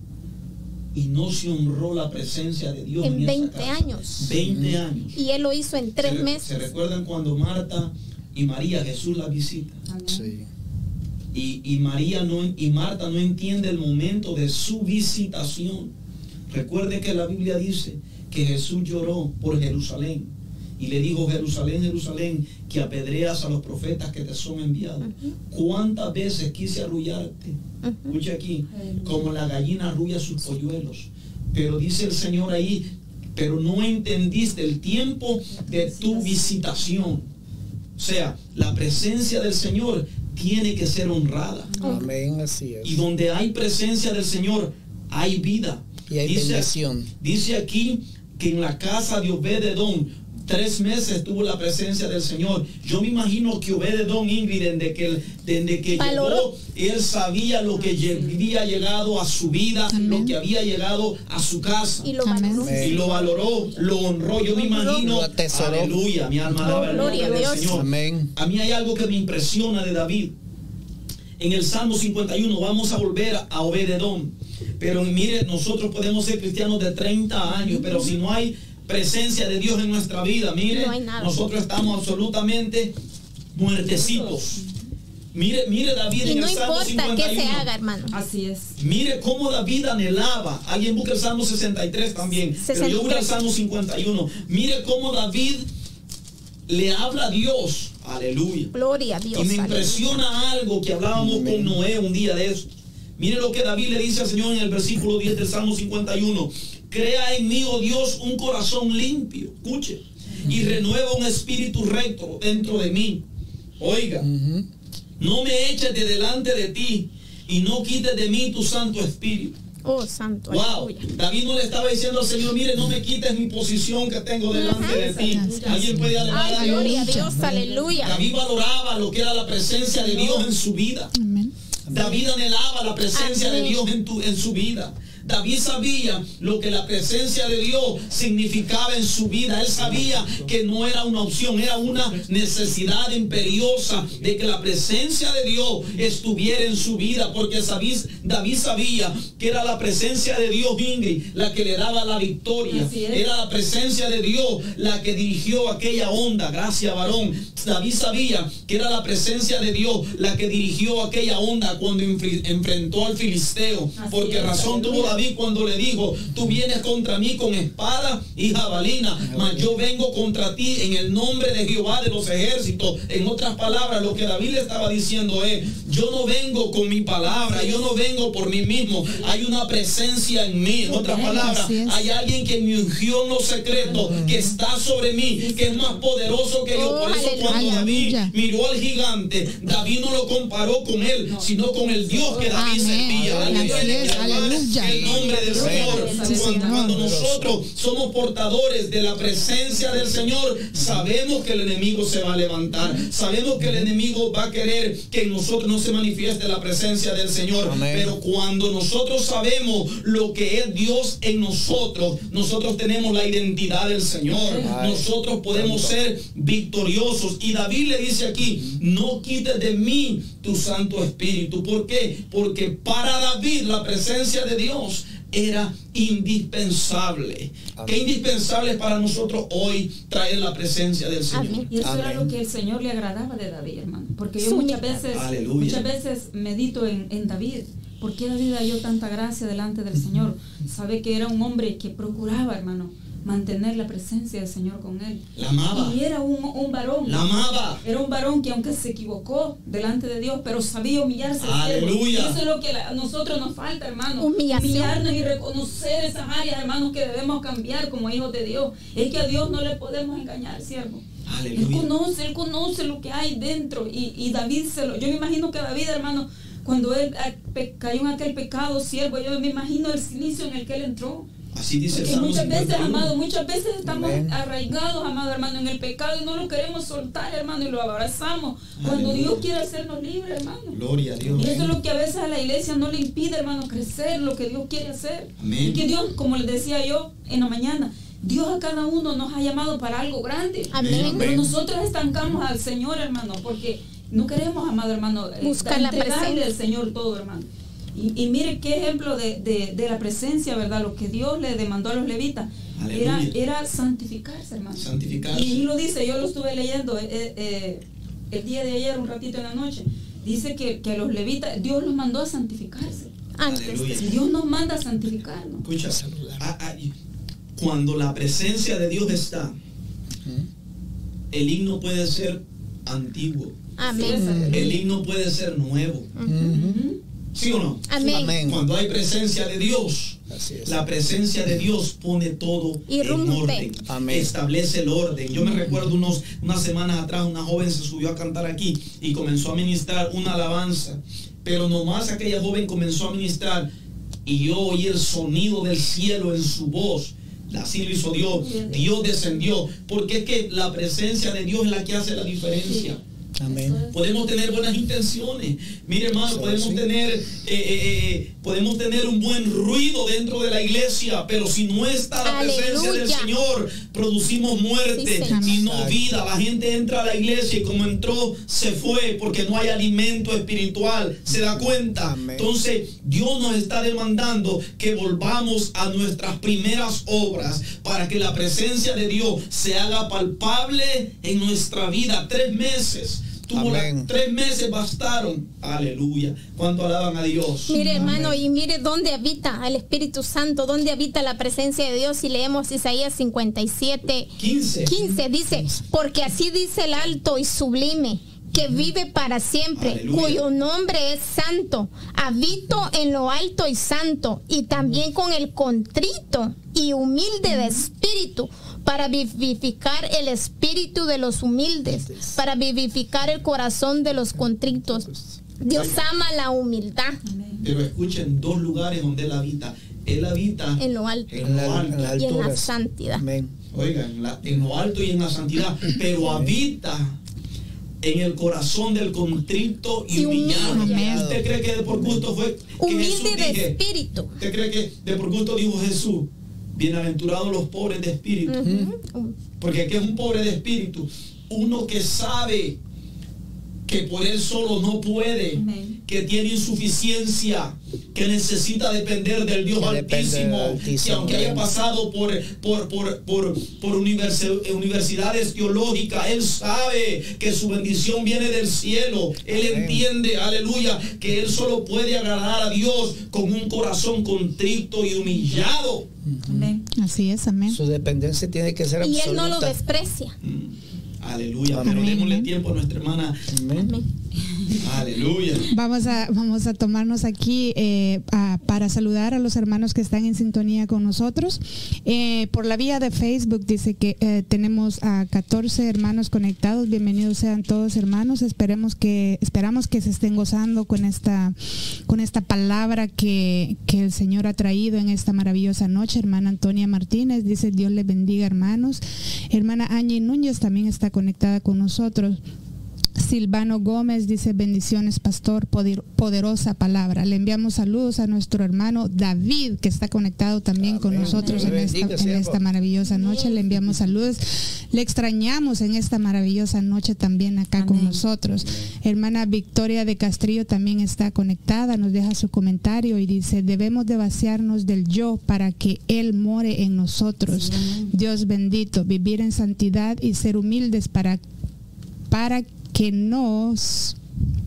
Y no se honró la presencia de Dios. En, en veinte esa casa. años. veinte años. Y Él lo hizo en tres se, meses. ¿Se recuerdan cuando Marta y María, Jesús la visita? Sí. Y, y María no, y Marta no entiende el momento de su visitación. Recuerde que la Biblia dice que Jesús lloró por Jerusalén y le dijo: Jerusalén, Jerusalén, que apedreas a los profetas que te son enviados. Uh-huh. ¿Cuántas veces quise arrullarte? Uh-huh. Escucha aquí, como la gallina arrulla sus polluelos. Pero dice el Señor ahí, pero no entendiste el tiempo de tu visitación. O sea, la presencia del Señor tiene que ser honrada. Amén, así es. Y donde hay presencia del Señor, hay vida. Y hay dice, bendición. Dice aquí que en la casa de Obed-edom tres meses tuvo la presencia del Señor. Yo me imagino que Obed-edom, Ingrid, desde que, desde que llegó, él sabía lo que había llegado a su vida, Amén. Lo que había llegado a su casa. Y lo valoró. Y lo valoró, lo honró. Yo me imagino, aleluya, mi alma alaba el nombre del Señor. Amén. A mí hay algo que me impresiona de David. En el Salmo cincuenta y uno, vamos a volver a Obed-edom. Pero mire, nosotros podemos ser cristianos de treinta años, pero si no hay presencia de Dios en nuestra vida, mire, no nosotros estamos absolutamente muertecitos. Mire, mire David y en no el Salmo cincuenta y uno. Que se haga, hermano. Así es. Mire cómo David anhelaba. Alguien busca el Salmo sesenta y tres también. sesenta y tres. Pero yo busco el Salmo cincuenta y uno. Mire cómo David le habla a Dios. Aleluya. Gloria a Dios. Y me impresiona aleluya. Algo que hablábamos Amén. Con Noé un día de eso. Mire lo que David le dice al Señor en el versículo diez del Salmo cincuenta y uno. Crea en mí, oh Dios, un corazón limpio. Escuche. Y renueva un espíritu recto dentro de mí. Oiga. Uh-huh. No me eches de delante de ti y no quites de mí tu Santo Espíritu. Oh, santo. Wow. Aleluya. David no le estaba diciendo al Señor: mire, no me quites mi posición que tengo delante uh-huh. de ti. Alguien puede alabar a Gloria a Dios, aleluya. David valoraba lo que era la presencia de Dios en su vida. Amén. David anhelaba la presencia Amén. de Dios en, tu, en su vida. David sabía lo que la presencia de Dios significaba en su vida. Él sabía que no era una opción, era una necesidad imperiosa de que la presencia de Dios estuviera en su vida, porque David sabía que era la presencia de Dios, Ingrid, la que le daba la victoria. Era la presencia de Dios la que dirigió aquella onda. Gracias, varón. David sabía que era la presencia de Dios la que dirigió aquella onda cuando enfrentó al filisteo. Porque razón tuvo David cuando le dijo: tú vienes contra mí con espada y jabalina, mas yo vengo contra ti en el nombre de Jehová de los ejércitos. En otras palabras, lo que David le estaba diciendo es: yo no vengo con mi palabra, yo no vengo por mí mismo, hay una presencia en mí. En otras palabras, hay alguien que me ungió en los secretos, que está sobre mí, que es más poderoso que yo. Por eso cuando David miró al gigante, David no lo comparó con él, sino con el Dios que David servía. Aleluya. El nombre del Señor. Cuando, cuando nosotros somos portadores de la presencia del Señor, sabemos que el enemigo se va a levantar, sabemos que el enemigo va a querer que en nosotros no se manifieste la presencia del Señor. Amén. Pero cuando nosotros sabemos lo que es Dios en nosotros, nosotros tenemos la identidad del Señor. Ay, nosotros podemos santo. ser victoriosos. Y David le dice aquí: no quites de mí tu Santo Espíritu. ¿Por qué? Porque para David la presencia de Dios era indispensable. Amén. Qué indispensable es para nosotros hoy traer la presencia del Señor. Amén. Y eso Amén. era lo que el Señor le agradaba de David, hermano. Porque yo muchas veces, muchas veces medito en, en David. ¿Por qué David halló tanta gracia delante del Señor? Sabe que era un hombre que procuraba, hermano, mantener la presencia del Señor con él. La amaba. Y era un, un varón. La amaba. Era un varón que aunque se equivocó delante de Dios, pero sabía humillarse. Aleluya. Y eso es lo que a nosotros nos falta, hermano. Humillación. Humillarnos y reconocer esas áreas, hermanos, que debemos cambiar como hijos de Dios. Es que a Dios no le podemos engañar, siervo. Aleluya. Él conoce, él conoce lo que hay dentro. Y, y David se lo... Yo me imagino que David, hermano, cuando él cayó en aquel pecado, siervo, yo me imagino el silicio en el que él entró. Así dice Porque el Salmo muchas veces, cincuenta y uno. amado, muchas veces estamos Amén. arraigados, amado hermano, en el pecado y no lo queremos soltar, hermano, y lo abrazamos. Aleluya. Cuando Dios quiere hacernos libres, hermano. Gloria a Dios. Y eso es lo que a veces a la iglesia no le impide, hermano, crecer lo que Dios quiere hacer. Amén. Y que Dios, como les decía yo en la mañana, Dios a cada uno nos ha llamado para algo grande. Amén. Pero nosotros estancamos al Señor, hermano, porque no queremos, amado hermano, buscar la presencia del Señor todo, hermano. Y, y mire qué ejemplo de, de, de la presencia, ¿verdad? Lo que Dios le demandó a los levitas era, era santificarse, hermano. Santificarse. Y lo dice, yo lo estuve leyendo eh, eh, el día de ayer, un ratito en la noche. Dice que, que a los levitas, Dios los mandó a santificarse. Antes. Y Dios nos manda a santificarnos. Escucha, a, a, cuando la presencia de Dios está, el himno puede ser antiguo. Amén. El himno puede ser nuevo. Uh-huh. ¿Sí o no? Amén. Cuando hay presencia de Dios, la presencia de Dios pone todo Irrumpe. en orden. Amén. Establece el orden. Yo me recuerdo unos, unas semanas atrás, una joven se subió a cantar aquí y comenzó a ministrar una alabanza. Pero nomás aquella joven comenzó a ministrar y yo oí el sonido del cielo en su voz. Así lo hizo Dios. Dios descendió. Porque es que la presencia de Dios es la que hace la diferencia. Amén. Podemos tener buenas intenciones. Mire, hermano, podemos sí. tener eh, eh, podemos tener un buen ruido dentro de la iglesia, pero si no está la Aleluya. presencia del Señor, producimos muerte sí, y no vida. La gente entra a la iglesia y como entró, se fue porque no hay alimento espiritual. ¿Se da cuenta? Amén. Entonces, Dios nos está demandando que volvamos a nuestras primeras obras para que la presencia de Dios se haga palpable en nuestra vida. Tres meses. Tuvo la, tres meses bastaron. Aleluya. ¿Cuánto alaban a Dios? Mire, hermano, Amén. Y mire dónde habita el Espíritu Santo, dónde habita la presencia de Dios. Si leemos Isaías cincuenta y siete, quince, quince dice, porque así dice el alto y sublime, que vive para siempre, Aleluya. Cuyo nombre es santo. Habito en lo alto y santo, y también con el contrito y humilde de espíritu, para vivificar el espíritu de los humildes, para vivificar el corazón de los contritos. Dios ama la humildad. Pero escuchen, dos lugares donde Él habita. Él habita en lo alto, en lo alto. En la y en la santidad. Amén. Oigan, en, la, en lo alto y en la santidad, pero habita en el corazón del contrito y Sí, humillado. humilde. ¿Usted cree que de por gusto fue que Humilde Jesús de dije? espíritu. ¿Usted cree que de por gusto dijo Jesús? Bienaventurados los pobres de espíritu. Ujú. Porque ¿qué es un pobre de espíritu? Uno que sabe que por él solo no puede, Amén. que tiene insuficiencia, que necesita depender del Dios Que depende del Altísimo, Altísimo. que aunque haya pasado por, por, por, por, por universi- universidades teológicas, él sabe que su bendición viene del cielo. Él Amén. entiende, aleluya, que él solo puede agradar a Dios con un corazón contrito y humillado. Amén. Así es, amén. Su dependencia tiene que ser Y absoluta. él no lo desprecia. Mm. Aleluya, Amén. pero démosle Amén. tiempo a nuestra hermana. Amén. Amén. Aleluya. Vamos a, vamos a tomarnos aquí eh, a- para saludar a los hermanos que están en sintonía con nosotros. Eh, por la vía de Facebook dice que eh, tenemos a catorce hermanos conectados. Bienvenidos sean todos, hermanos. Esperemos que, esperamos que se estén gozando con esta, con esta palabra que, que el Señor ha traído en esta maravillosa noche. Hermana Antonia Martínez dice: Dios les bendiga, hermanos. Hermana Angie Núñez también está conectada con nosotros. Silvano Gómez dice: bendiciones, pastor, poder- poderosa palabra. Le enviamos saludos a nuestro hermano David, que está conectado también con Amén. nosotros en Dios esta, bendiga, en siervo. esta maravillosa noche. Le enviamos saludos. Le extrañamos en esta maravillosa noche también acá con Amén. nosotros. Hermana Victoria de Castrillo también está conectada, nos deja su comentario y dice: debemos de vaciarnos del yo para que Él more en nosotros. Sí, amén. Dios bendito, vivir en santidad y ser humildes para, para que nos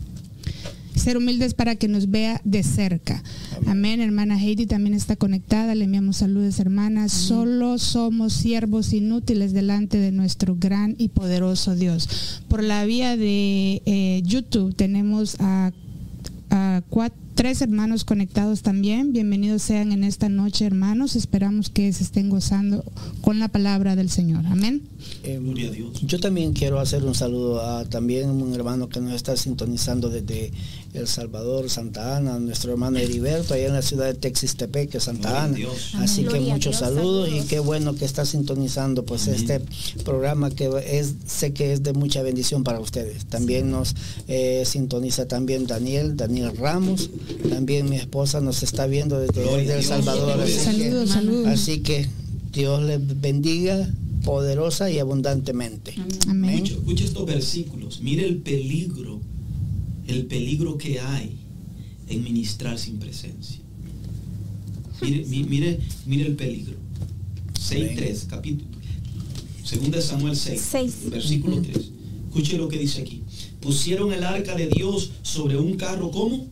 ser humildes para que nos vea de cerca. Amén. Amén. Hermana Heidi también está conectada. Le enviamos saludos, hermanas. Solo somos siervos inútiles delante de nuestro gran y poderoso Dios. Por la vía de eh, YouTube tenemos a, a cuatro Tres hermanos conectados también. Bienvenidos sean en esta noche, hermanos. Esperamos que se estén gozando con la palabra del Señor. Amén. Eh, Gloria a Dios. Yo también quiero hacer un saludo a también un hermano que nos está sintonizando desde El Salvador, Santa Ana, nuestro hermano Heriberto, allá en la ciudad de Texistepec, Santa Gloria a Ana. Dios. Así Amén. que Gloria a muchos Dios, saludos, saludos. y qué bueno que está sintonizando pues Amén. este programa que es, sé que es de mucha bendición para ustedes. También nos eh, sintoniza también Daniel, Daniel Ramos, también mi esposa nos está viendo desde, Gloria desde a El Dios. Salvador. Gloria a Así que- Saludos, saludos. Así que Dios les bendiga poderosa y abundantemente. Amén. Escuche, escuche estos versículos. Mire el peligro, el peligro que hay en ministrar sin presencia. Mire, mi- mire, mire el peligro. seis tres, capítulo. Segunda de Samuel seis, Seis. versículo tres. Escuche lo que dice aquí. Pusieron el arca de Dios sobre un carro, ¿cómo?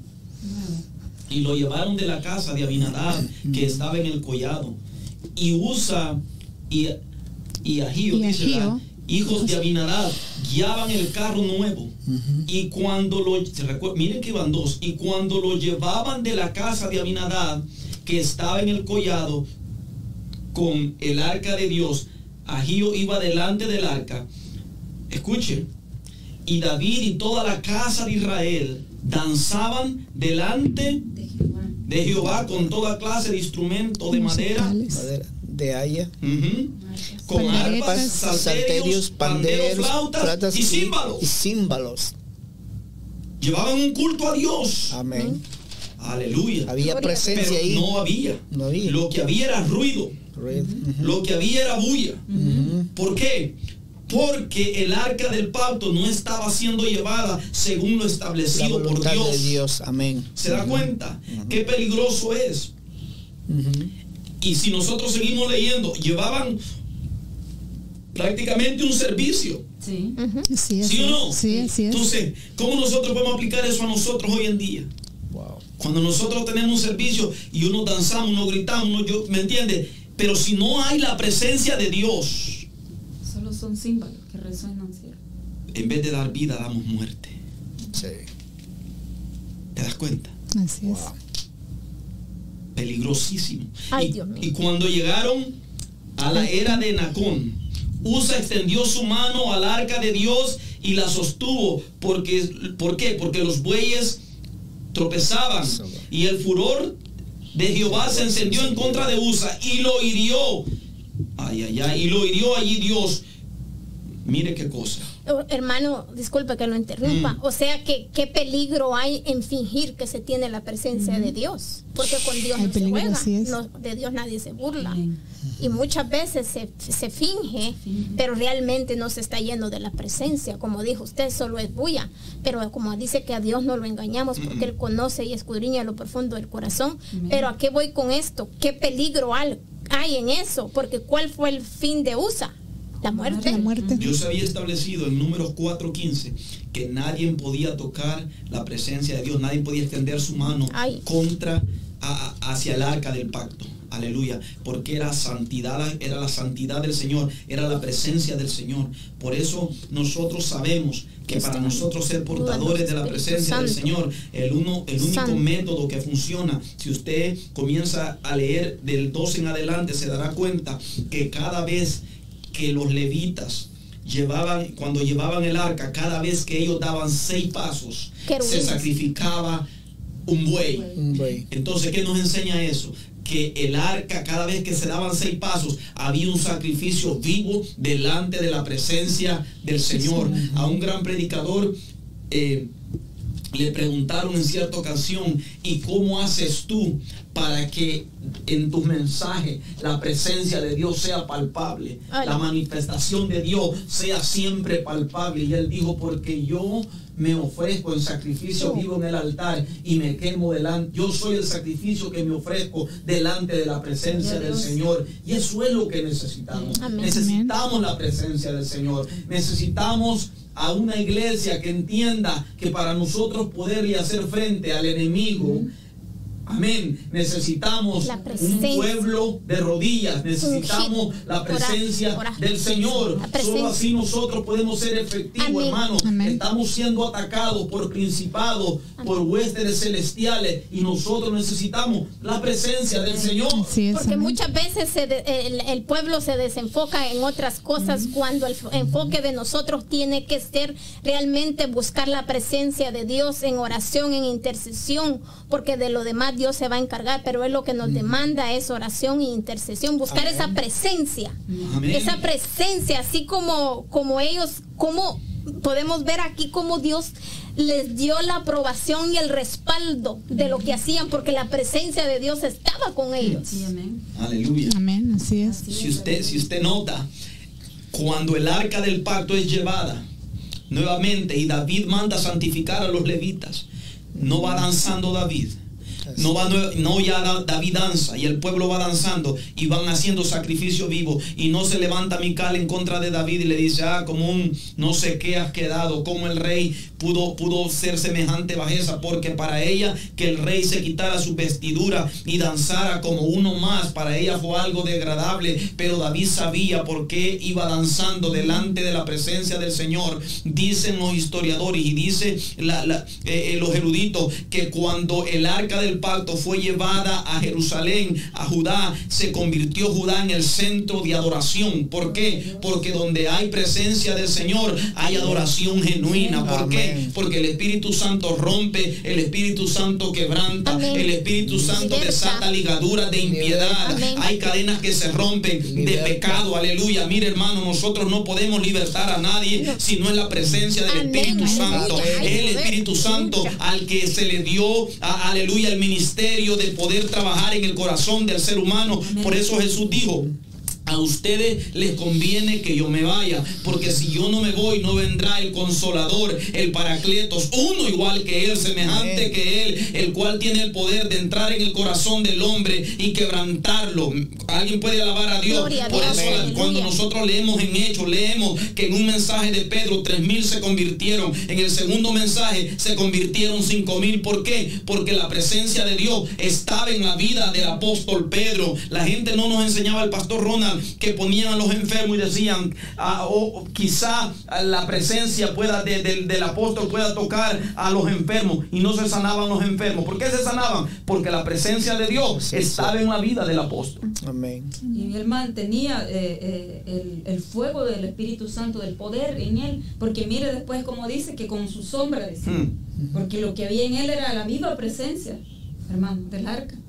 Y lo llevaron de la casa de Abinadab, que estaba en el collado. Y Usa y, y Ahío, Y dice, Ahío, ¿verdad? Hijos de Abinadab, guiaban el carro nuevo. Y cuando lo, se recuer- miren que iban dos, y cuando lo llevaban de la casa de Abinadab, que estaba en el collado, con el arca de Dios, Ahío iba delante del arca. Escuchen, y David y toda la casa de Israel danzaban delante De Jehová. de Jehová con toda clase de instrumentos de madera, Musicales. Madera de haya, ujú, con Panderetas, arpas, salterios, salterios, panderos, panderos, flautas flautas y címbalos. y címbalos. Llevaban un culto a Dios. Amén. Aleluya. Había Gloria a presencia Pero ahí. no había. No había. Lo que había era ruido. Ruido. Ujú. Lo que había era bulla. Ujú. ¿Por qué? Porque el arca del pacto no estaba siendo llevada según lo La establecido por voluntad Dios. de Dios. Amén. ¿Se da cuenta? Qué peligroso es. Ujú. Y si nosotros seguimos leyendo, llevaban prácticamente un servicio. Sí. Ujú. Sí, ¿Sí o no? Sí, así es. Entonces, ¿cómo nosotros podemos aplicar eso a nosotros hoy en día? Wow. Cuando nosotros tenemos un servicio y uno danzamos, uno gritamos, uno yo, ¿me entiende? Pero si no hay la presencia de Dios, Solo son címbalos que resuenan, ¿cierto? en vez de dar vida, damos muerte. Sí. ¿Te das cuenta? Así es. Wow. Peligrosísimo. Ay, y, Dios mío. y cuando llegaron a la era de Nacón, Usa extendió su mano al arca de Dios y la sostuvo. Porque, ¿Por qué? Porque los bueyes tropezaban y el furor de Jehová se encendió en contra de Usa y lo hirió. Ay, ay, ay. Y lo hirió allí Dios. Mire qué cosa. Hermano, disculpe que lo interrumpa. Mm. O sea, que qué peligro hay en fingir que se tiene la presencia mm. de Dios. Porque con Dios hay no se juega. No, de Dios nadie se burla. Mm. Y muchas veces se, se finge, finge, pero realmente no se está lleno de la presencia. Como dijo usted, solo es bulla. Pero como dice que a Dios no lo engañamos, porque mm. Él conoce y escudriña lo profundo del corazón. Mm. Pero ¿a qué voy con esto? ¿Qué peligro hay, hay en eso? Porque ¿cuál fue el fin de Usa? La muerte. La muerte. Dios había establecido en Números cuatro quince que nadie podía tocar la presencia de Dios, nadie podía extender su mano Ay. contra a, hacia el arca del pacto. Aleluya, porque era santidad, era la santidad del Señor, era la presencia del Señor. Por eso nosotros sabemos que para nosotros ser portadores de la presencia del Señor, el, uno, el único método que funciona, si usted comienza a leer del doce en adelante, se dará cuenta que cada vez que los levitas llevaban, cuando llevaban el arca, cada vez que ellos daban seis pasos, se sacrificaba un buey. un buey. Entonces, ¿qué nos enseña eso? Que el arca, cada vez que se daban seis pasos, había un sacrificio vivo delante de la presencia del Señor. A un gran predicador eh, le preguntaron en cierta ocasión: ¿y cómo haces tú para que en tus mensajes la presencia de Dios sea palpable? Ay. La manifestación de Dios sea siempre palpable. Y él dijo: porque yo me ofrezco en sacrificio vivo en el altar y me quemo delante. Yo soy el sacrificio que me ofrezco delante de la presencia del Señor. Y eso es lo que necesitamos. Amén. Necesitamos la presencia del Señor. Necesitamos a una iglesia que entienda que para nosotros poderle hacer frente al enemigo, amén, necesitamos un pueblo de rodillas, necesitamos la presencia ora, ora, del Señor. Solo así nosotros podemos ser efectivos, amén, hermanos. Amén. Estamos siendo atacados por principados, amén, por huestes celestiales, y nosotros necesitamos la presencia del Señor. Es, porque amén, muchas veces se de, el, el pueblo se desenfoca en otras cosas, mm, cuando el enfoque de nosotros tiene que ser realmente buscar la presencia de Dios en oración, en intercesión, porque de lo demás Dios se va a encargar, pero Él lo que nos demanda es oración e intercesión, buscar Amén. Esa presencia, Amén. Esa presencia, así como, como ellos, como podemos ver aquí como Dios les dio la aprobación y el respaldo de lo que hacían, porque la presencia de Dios estaba con ellos. Sí, amén. Aleluya. Amén, así es. Si usted, si usted nota, cuando el arca del pacto es llevada nuevamente y David manda santificar a los levitas, no va danzando David. No, va, no, no ya David danza y el pueblo va danzando y van haciendo sacrificio vivo, y no se levanta Mical en contra de David y le dice: ah, como un no sé qué has quedado, como el rey pudo, pudo ser semejante bajeza, porque para ella que el rey se quitara su vestidura y danzara como uno más, para ella fue algo degradable. Pero David sabía por qué iba danzando delante de la presencia del Señor. Dicen los historiadores y dice la, la, eh, los eruditos que cuando el arca del pacto fue llevada a Jerusalén, a Judá, se convirtió Judá en el centro de adoración. ¿Por qué? Porque donde hay presencia del Señor hay adoración genuina. ¿Por qué? Porque el Espíritu Santo rompe, el Espíritu Santo quebranta, Amén. El Espíritu Santo desata ligaduras de impiedad. Amén. Hay cadenas que se rompen de pecado. Aleluya. Mire, hermano, nosotros no podemos libertar a nadie si no es la presencia del Amén. Espíritu Santo. Es el Espíritu Santo al que se le dio, a, aleluya, el ministerio de poder trabajar en el corazón del ser humano. Amén. Por eso Jesús dijo: a ustedes les conviene que yo me vaya, porque si yo no me voy, no vendrá el Consolador, el Paracletos, uno igual que él, semejante Amén. Que él, el cual tiene el poder de entrar en el corazón del hombre y quebrantarlo. Alguien puede alabar a Dios. Gloria Por Dios. Eso Amén. Cuando nosotros leemos en Hechos, leemos que en un mensaje de Pedro tres mil se convirtieron, en el segundo mensaje se convirtieron cinco mil. ¿Por qué? Porque la presencia de Dios estaba en la vida del apóstol Pedro. La gente no nos enseñaba, el pastor Ronald, que ponían a los enfermos y decían: ah, o quizá la presencia pueda de, de, del apóstol pueda tocar a los enfermos, y no se sanaban los enfermos. ¿Por qué se sanaban? Porque la presencia de Dios sí, estaba sí. en la vida del apóstol. Amén. Y él mantenía eh, eh, el, el fuego del Espíritu Santo, del poder en él, porque mire después como dice que con su sombra decía, hmm. porque lo que había en él era la viva presencia, hermano, del arca.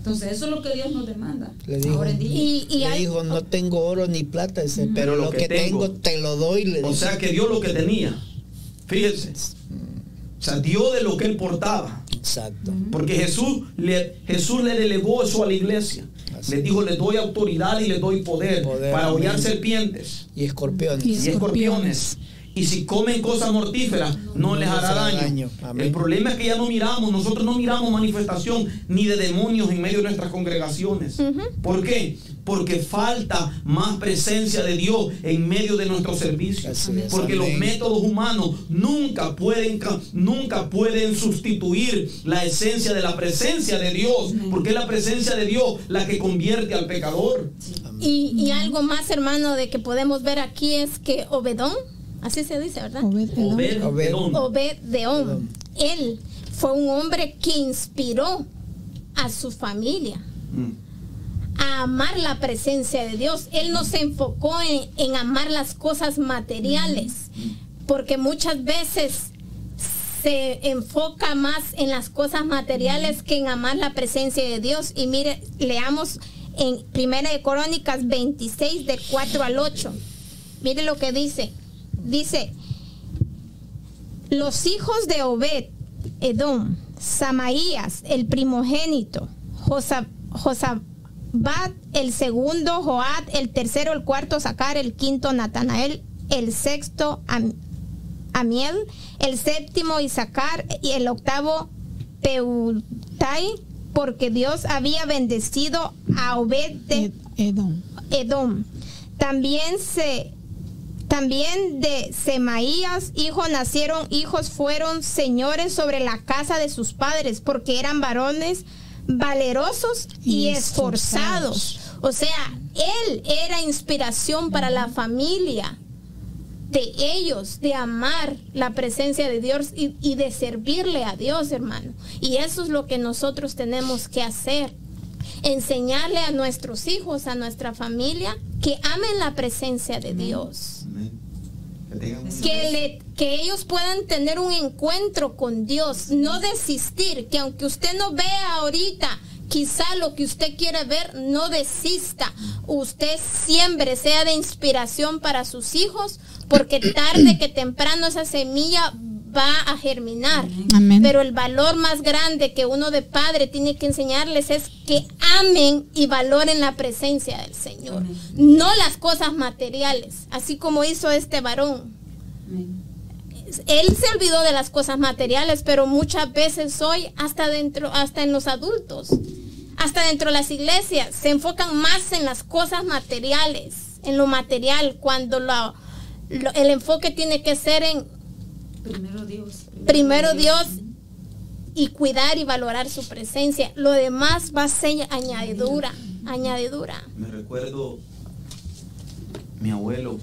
Entonces eso es lo que Dios nos demanda. Le dijo, ahora en día. Y, y le hay- dijo, no tengo oro ni plata, dice, Ujú. pero lo que tengo te lo doy. Le O dijo. sea que dio lo que tenía. Fíjense. O sea, dio de lo que él portaba. Exacto. Porque Jesús le, Jesús le delegó eso a la iglesia. Así. Le dijo, le doy autoridad y le doy poder, Poder, para amén. hollar serpientes Y escorpiones. Y y escorpiones. Y si comen cosas mortíferas, no, No les les hará hará daño. daño. Amén. El problema es que ya no miramos, nosotros no miramos manifestación ni de demonios en medio de nuestras congregaciones. Ujú. ¿Por qué? Porque falta más presencia de Dios en medio de nuestros servicios. Así es, Porque los amén. métodos humanos nunca pueden, ca- nunca pueden sustituir la esencia de la presencia de Dios. Amén. Porque es la presencia de Dios la que convierte al pecador. Y, y algo más, hermano, de que podemos ver aquí es que Obedón, así se dice, ¿verdad? Obed-Edom. Obed, Obed. Edom. Obed-Edom, Edom. él fue un hombre que inspiró a su familia Mm. a amar la presencia de Dios. Él no se enfocó en, en amar las cosas materiales, porque muchas veces se enfoca más en las cosas materiales que en amar la presencia de Dios. Y mire, leamos en Primera de Crónicas veintiséis, del cuatro al ocho. Mire lo que dice. Dice, los hijos de Obed, Edom, Samaías, el primogénito, Josa- Josabat, el segundo, Joad, el tercero, el cuarto, Sacar, el quinto, Natanael, el sexto, Am- Amiel, el séptimo, Isaacar, y el octavo, Peutai, porque Dios había bendecido a Obed de Edom. Edom. También se también de Semaías, hijo, nacieron hijos, fueron señores sobre la casa de sus padres, porque eran varones valerosos y, Y esforzados. O sea, él era inspiración para la familia de ellos, de amar la presencia de Dios y, y de servirle a Dios, hermano. Y eso es lo que nosotros tenemos que hacer. Enseñarle a nuestros hijos, a nuestra familia, que amen la presencia de Dios. Amén. Que tengan un- Que, le- que ellos puedan tener un encuentro con Dios, no desistir, que aunque usted no vea ahorita quizá lo que usted quiere ver, no desista. Usted siempre sea de inspiración para sus hijos, porque tarde que temprano esa semilla va a germinar. Amén. Pero el valor más grande que uno de padre tiene que enseñarles es que amen y valoren la presencia del Señor, Amén. no las cosas materiales, así como hizo este varón. Amén. Él se olvidó de las cosas materiales, pero muchas veces hoy, hasta dentro, hasta en los adultos, hasta dentro de las iglesias, se enfocan más en las cosas materiales, en lo material, cuando lo, lo- el enfoque tiene que ser en Primero Dios. primero Dios y cuidar y valorar su presencia. Lo demás va a ser añadidura, añadidura. Me recuerdo mi abuelo.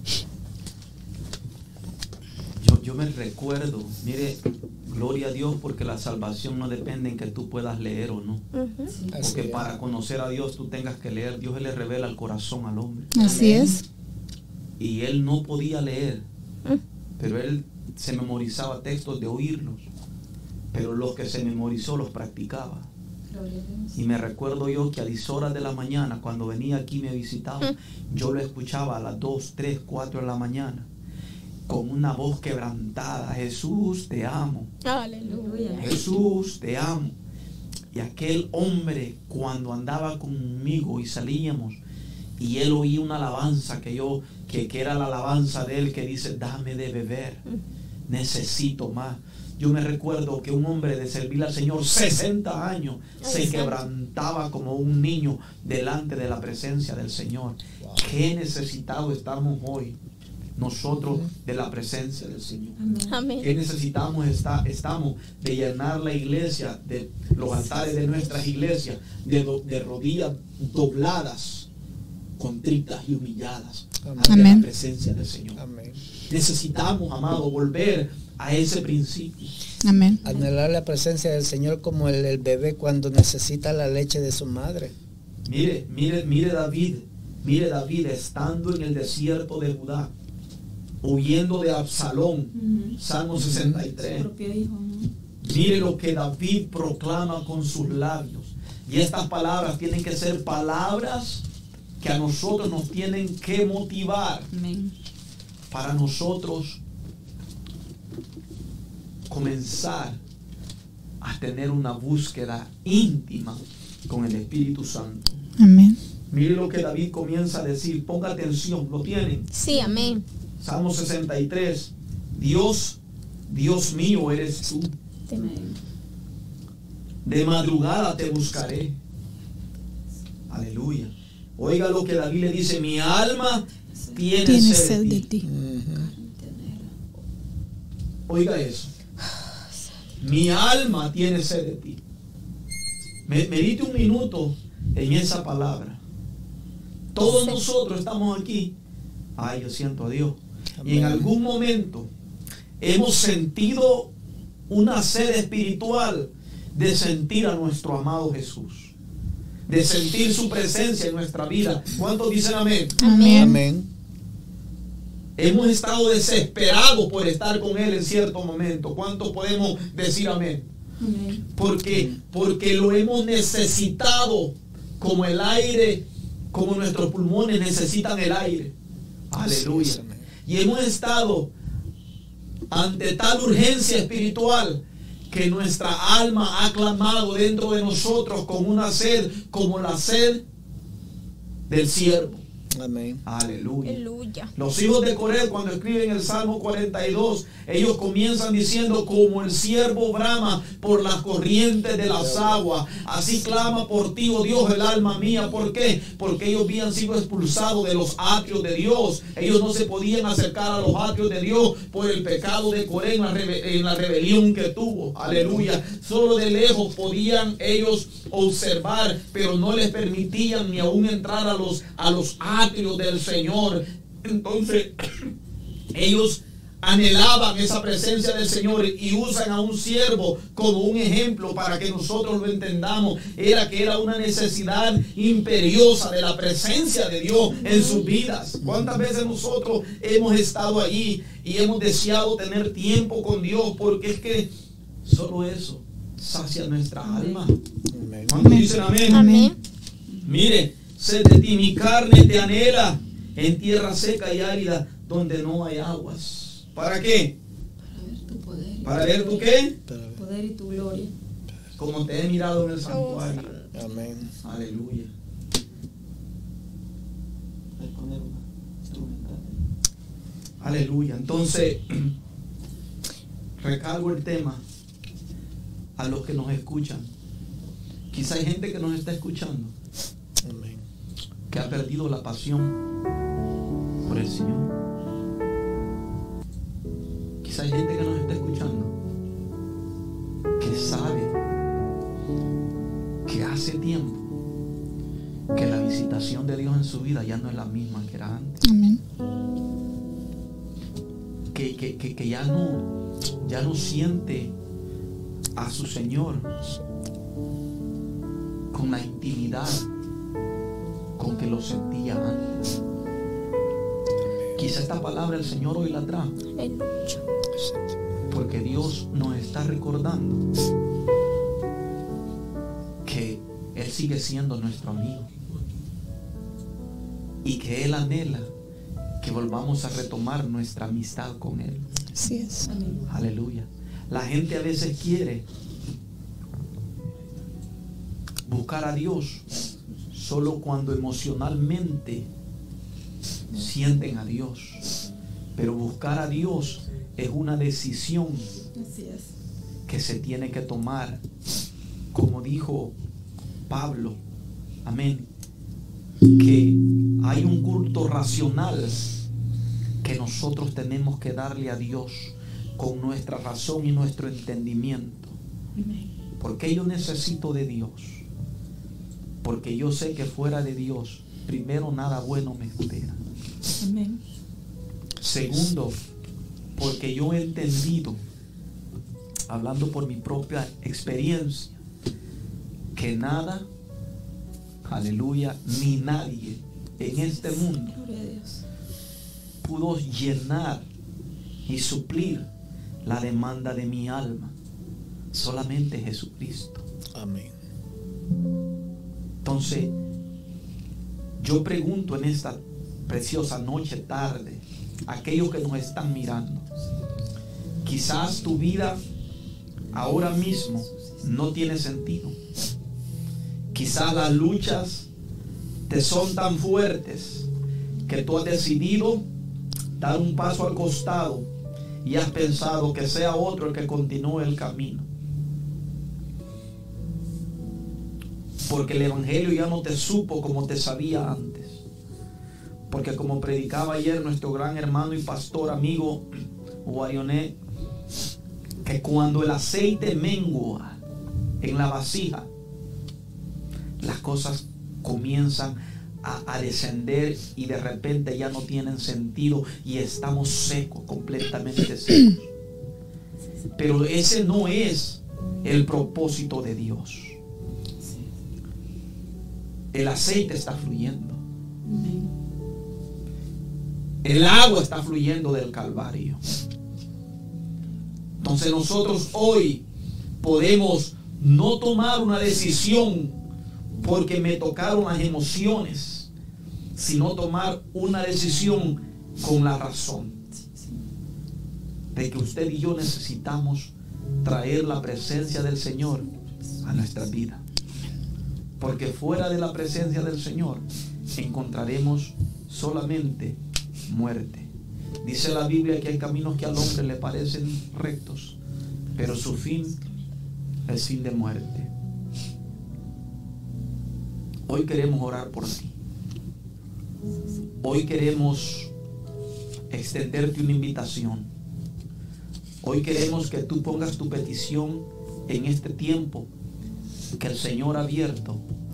Yo, yo me recuerdo, mire, gloria a Dios, porque la salvación no depende en que tú puedas leer o no. Ujú. Sí. Así Porque es. para conocer a Dios tú tengas que leer. Dios le revela el corazón al hombre. Así es. Y él no podía leer, Mm. pero él se memorizaba textos de oírlos. Pero los que se memorizó los practicaba. Gloria a Dios. Y me recuerdo yo que a diez horas de la mañana, cuando venía aquí y me visitaba, yo lo escuchaba a las dos, tres, cuatro de la mañana, con una voz quebrantada: Jesús, te amo. Aleluya. Aleluya. Jesús, te amo. Y aquel hombre, cuando andaba conmigo y salíamos, y él oía una alabanza que yo, que, que era la alabanza de él, que dice: dame de beber, necesito más. Yo me recuerdo que un hombre de servir al Señor sesenta años se Ay, santo. quebrantaba como un niño delante de la presencia del Señor. Qué necesitados estamos hoy nosotros de la presencia del Señor. Amén. Amén. ¿Qué necesitamos? Está, estamos de llenar la iglesia, de los altares de nuestras iglesias, de, do- de rodillas dobladas, contritas y humilladas ante Amén. la presencia del Señor. Amén. Necesitamos, amado, volver a ese principio. Amén. Anhelar la presencia del Señor como el, el bebé cuando necesita la leche de su madre. Mire, mire, mire David, mire David estando en el desierto de Judá, huyendo de Absalón, Ujú. Salmo sesenta y tres. Su propio hijo, ¿no? Mire lo que David proclama con sus labios. Y estas palabras tienen que ser palabras que a nosotros nos tienen que motivar. Amén. Para nosotros comenzar a tener una búsqueda íntima con el Espíritu Santo. Amén. Mire lo que David comienza a decir. Ponga atención. ¿Lo tienen? Sí, amén. Salmo sesenta y tres. Dios, Dios mío eres tú. Amén. De madrugada te buscaré. Aleluya. Oiga lo que David le dice. Mi alma tiene, Tiene sed, sed de de ti. ti. Oiga eso. Mi alma tiene sed de ti. Me- Medite un minuto en esa palabra. Todos nosotros estamos aquí. Ay, yo siento a Dios. Y en algún momento hemos sentido una sed espiritual de sentir a nuestro amado Jesús, de sentir su presencia en nuestra vida. ¿Cuántos dicen amén? Amén. Amén. Hemos estado desesperados por estar con Él en cierto momento. ¿Cuántos podemos decir amén? Amén. Porque, porque lo hemos necesitado como el aire, como nuestros pulmones necesitan el aire. Aleluya. Así es, amén. Y hemos estado ante tal urgencia espiritual que nuestra alma ha clamado dentro de nosotros con una sed como la sed del siervo. Amén. Aleluya. Aleluya. Los hijos de Coré, cuando escriben el Salmo cuarenta y dos, ellos comienzan diciendo: como el siervo brama por las corrientes de las aguas, así clama por ti, oh Dios, el alma mía. ¿Por qué? Porque ellos habían sido expulsados de los atrios de Dios. Ellos no se podían acercar a los atrios de Dios por el pecado de Coré en la, rebe- en la rebelión que tuvo. Aleluya. Solo de lejos podían ellos observar, pero no les permitían ni aún entrar a los, a los atrios del Señor. Entonces ellos anhelaban esa presencia del Señor y usan a un siervo como un ejemplo para que nosotros lo entendamos. Era que era una necesidad imperiosa de la presencia de Dios en sus vidas. ¿Cuántas veces nosotros hemos estado allí y hemos deseado tener tiempo con Dios? Porque es que solo eso sacia nuestra alma. Amén. ¿Cuántos dicen amén? Amén. Mire, sed de ti, mi carne te anhela en tierra seca y árida donde no hay aguas. ¿Para qué? Para ver tu poder. ¿Para ver tu qué? Para ver. Poder y tu gloria. Como te he mirado en el santuario. Amén. Aleluya. Aleluya. Entonces, recalco el tema a los que nos escuchan. Quizá hay gente que nos está escuchando Amén. que ha perdido la pasión por el Señor. Quizá hay gente que nos está escuchando que sabe que hace tiempo que la visitación de Dios en su vida ya no es la misma que era antes. Amén. Que, que, que, que ya no ya no siente a su Señor con la intimidad con que lo sentía antes. Quizá esta palabra el Señor hoy la trae Aleluya. porque Dios nos está recordando que Él sigue siendo nuestro amigo y que Él anhela que volvamos a retomar nuestra amistad con Él. Así es. Amén. Aleluya. La gente a veces quiere buscar a Dios solo cuando emocionalmente sienten a Dios. Pero buscar a Dios es una decisión Así es. que se tiene que tomar, como dijo Pablo. Amén. Que hay un culto racional que nosotros tenemos que darle a Dios con nuestra razón y nuestro entendimiento. Amén. Porque yo necesito de Dios. Porque yo sé que fuera de Dios, primero, nada bueno me espera. Amén. Segundo, porque yo he entendido, hablando por mi propia experiencia, que nada, aleluya, ni nadie en este mundo Gloria a Dios. pudo llenar y suplir la demanda de mi alma. Solamente Jesucristo. Amén. Entonces, yo pregunto en esta preciosa noche, tarde, a aquellos que nos están mirando, quizás tu vida ahora mismo no tiene sentido. Quizás las luchas te son tan fuertes que tú has decidido dar un paso al costado y has pensado que sea otro el que continúe el camino. Porque el evangelio ya no te supo como te sabía antes. Porque como predicaba ayer nuestro gran hermano y pastor amigo Guarionet, que cuando el aceite mengua en la vasija, las cosas comienzan a, a descender y de repente ya no tienen sentido y estamos secos, completamente secos. Pero ese no es el propósito de Dios. El aceite está fluyendo. El agua está fluyendo del Calvario. Entonces nosotros hoy podemos no tomar una decisión porque me tocaron las emociones, sino tomar una decisión con la razón de que usted y yo necesitamos traer la presencia del Señor a nuestra vida. Porque fuera de la presencia del Señor encontraremos solamente muerte. Dice la Biblia que hay caminos que al hombre le parecen rectos, pero su fin es fin de muerte. Hoy queremos orar por ti. Hoy queremos extenderte una invitación. Hoy queremos que tú pongas tu petición en este tiempo que el Señor ha abierto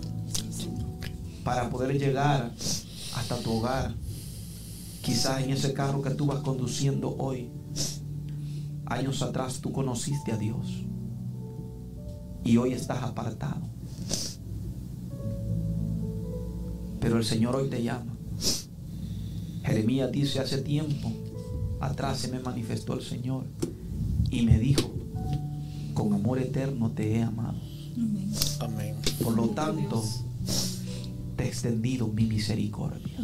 para poder llegar hasta tu hogar. Quizás en ese carro que tú vas conduciendo hoy, años atrás tú conociste a Dios y hoy estás apartado. Pero el Señor hoy te llama. Jeremías dice: hace tiempo atrás se me manifestó el Señor y me dijo: con amor eterno te he amado. Amén. Por lo tanto, te he extendido mi misericordia.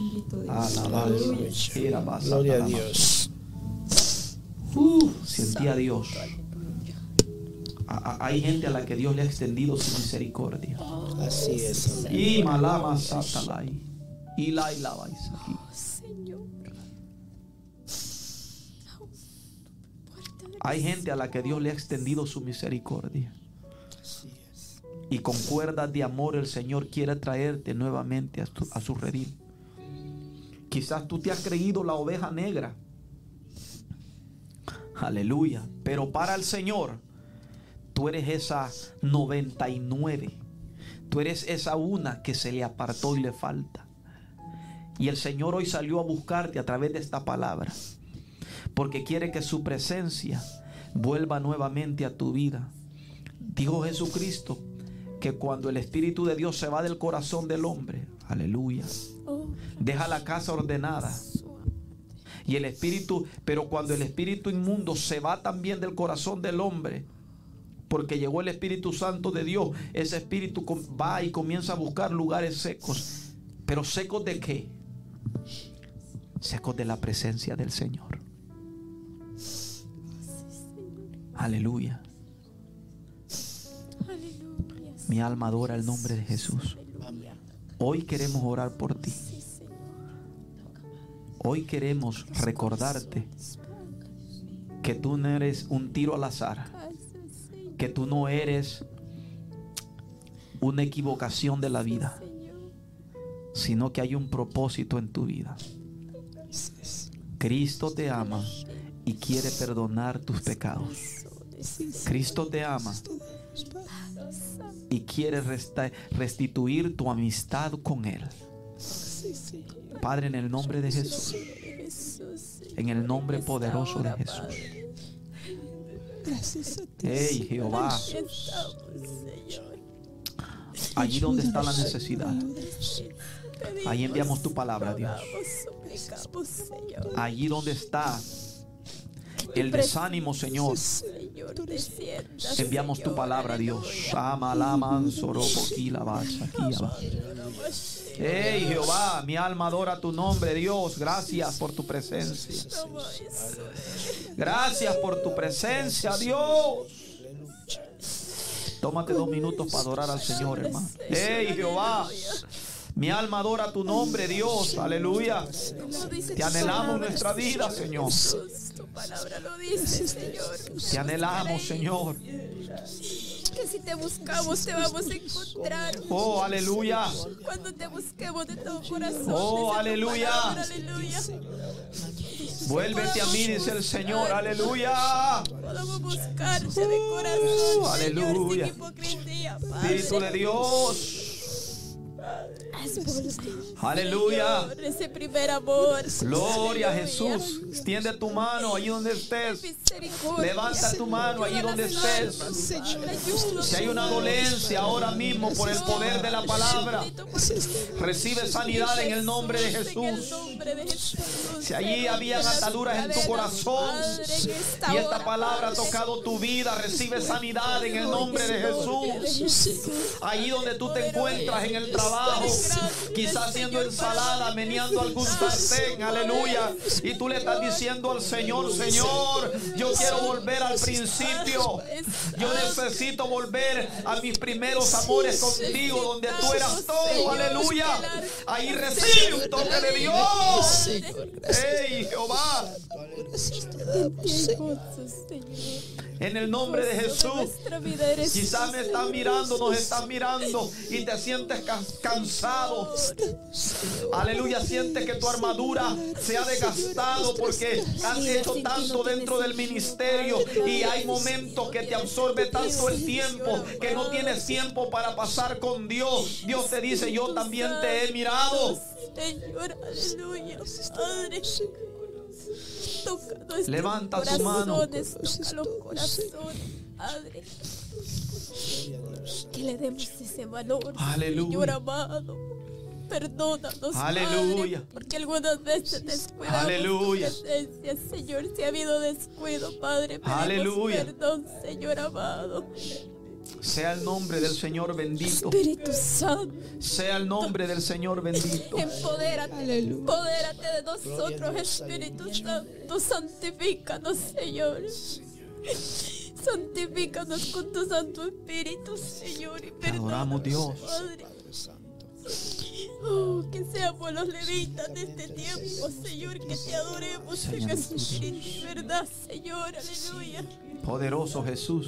Gloria a Dios. Uh, sentí a Dios. A, a, hay gente a la que Dios le ha extendido su misericordia. Así es. Y malama satalai. Y la y la vais aquí. Hay gente a la que Dios le ha extendido su misericordia. Y con cuerdas de amor el Señor quiere traerte nuevamente a, tu, a su redil. Quizás tú te has creído la oveja negra. Aleluya. Pero para el Señor, tú eres esa noventa y nueve. Tú eres esa una que se le apartó y le falta. Y el Señor hoy salió a buscarte a través de esta palabra, porque quiere que su presencia vuelva nuevamente a tu vida. Dijo Jesucristo que cuando el Espíritu de Dios se va del corazón del hombre, aleluya, deja la casa ordenada. Y el Espíritu, pero cuando el Espíritu inmundo se va también del corazón del hombre, porque llegó el Espíritu Santo de Dios, ese Espíritu va y comienza a buscar lugares secos. ¿Pero secos de qué? Secos de la presencia del Señor. Aleluya. Mi alma adora el nombre de Jesús. Hoy queremos orar por ti. Hoy queremos recordarte que tú no eres un tiro al azar, que tú no eres una equivocación de la vida, sino que hay un propósito en tu vida. Cristo te ama y quiere perdonar tus pecados. Cristo te ama y quiere restituir tu amistad con Él. Padre, en el nombre de Jesús, en el nombre poderoso de Jesús. Hey, Jehová, allí donde está la necesidad, ahí enviamos tu palabra, Dios. Allí donde está el desánimo, Señor, Señor, descienda. Enviamos tu palabra, Dios. Ama, lama, soropo, kila, bacha, kiaba. Hey, Jehová, mi alma adora tu nombre, Dios. Gracias por tu presencia. Gracias por tu presencia, Dios. Tómate dos minutos para adorar al Señor, hermano. Hey, Jehová, mi alma adora tu nombre, Dios. Aleluya. Te anhelamos en nuestra vida, Señor. Tu palabra lo dice, Señor. Te anhelamos, Señor. Que si te buscamos, te vamos a encontrar. Oh, aleluya. Cuando te busquemos de todo corazón. Oh, aleluya. Palabra, aleluya. Vuélvete a mí, dice el Señor. Aleluya. Podamos buscarte de corazón. Oh, aleluya. Sin hipocresía, Padre. Espíritu de Dios. Aleluya. Ese primer amor. Gloria a Jesús. Extiende tu mano allí donde estés. Levanta tu mano allí donde estés. Si hay una dolencia ahora mismo por el poder de la palabra, recibe sanidad en el nombre de Jesús. Si allí habían ataduras en tu corazón y esta palabra ha tocado tu vida, recibe sanidad en el nombre de Jesús. Allí donde tú te encuentras en el trabajo, quizás haciendo ensalada, meneando algún sartén, aleluya, y tú le estás diciendo al Señor: Señor, yo quiero volver al principio, yo necesito volver a mis primeros amores contigo, donde tú eras todo, aleluya. Ahí recibe un toque de Dios. ¡Ey, Jehová! En el nombre de Jesús. Quizás me estás mirando, nos estás mirando y te sientes cansado. Aleluya, sientes que tu armadura se ha desgastado porque has hecho tanto dentro del ministerio y hay momentos que te absorbe tanto el tiempo que no tienes tiempo para pasar con Dios. Dios te dice: yo también te he mirado. Señor, aleluya, Padre. Toca levanta tu mano. Toca los corazones, Padre. Que le demos ese valor. Aleluya. Señor amado, perdónanos, aleluya. Padre, porque algunas veces descuidamos aleluya. tu presencia, Señor. Si ha habido descuido, Padre, pedimos aleluya. Perdón, Señor amado. Sea el nombre del Señor bendito. Espíritu Santo. Sea el nombre del Señor bendito. Empodérate, aleluya. Empodérate de nosotros, Espíritu Santo. Santifícanos, Señor. Santifícanos con tu Santo Espíritu, Señor. Y perdónanos, adoramos, Dios. Padre. Oh, que seamos los levitas de este tiempo, Señor. Que te adoremos en espíritu y verdad, Señor. Aleluya. Poderoso Jesús.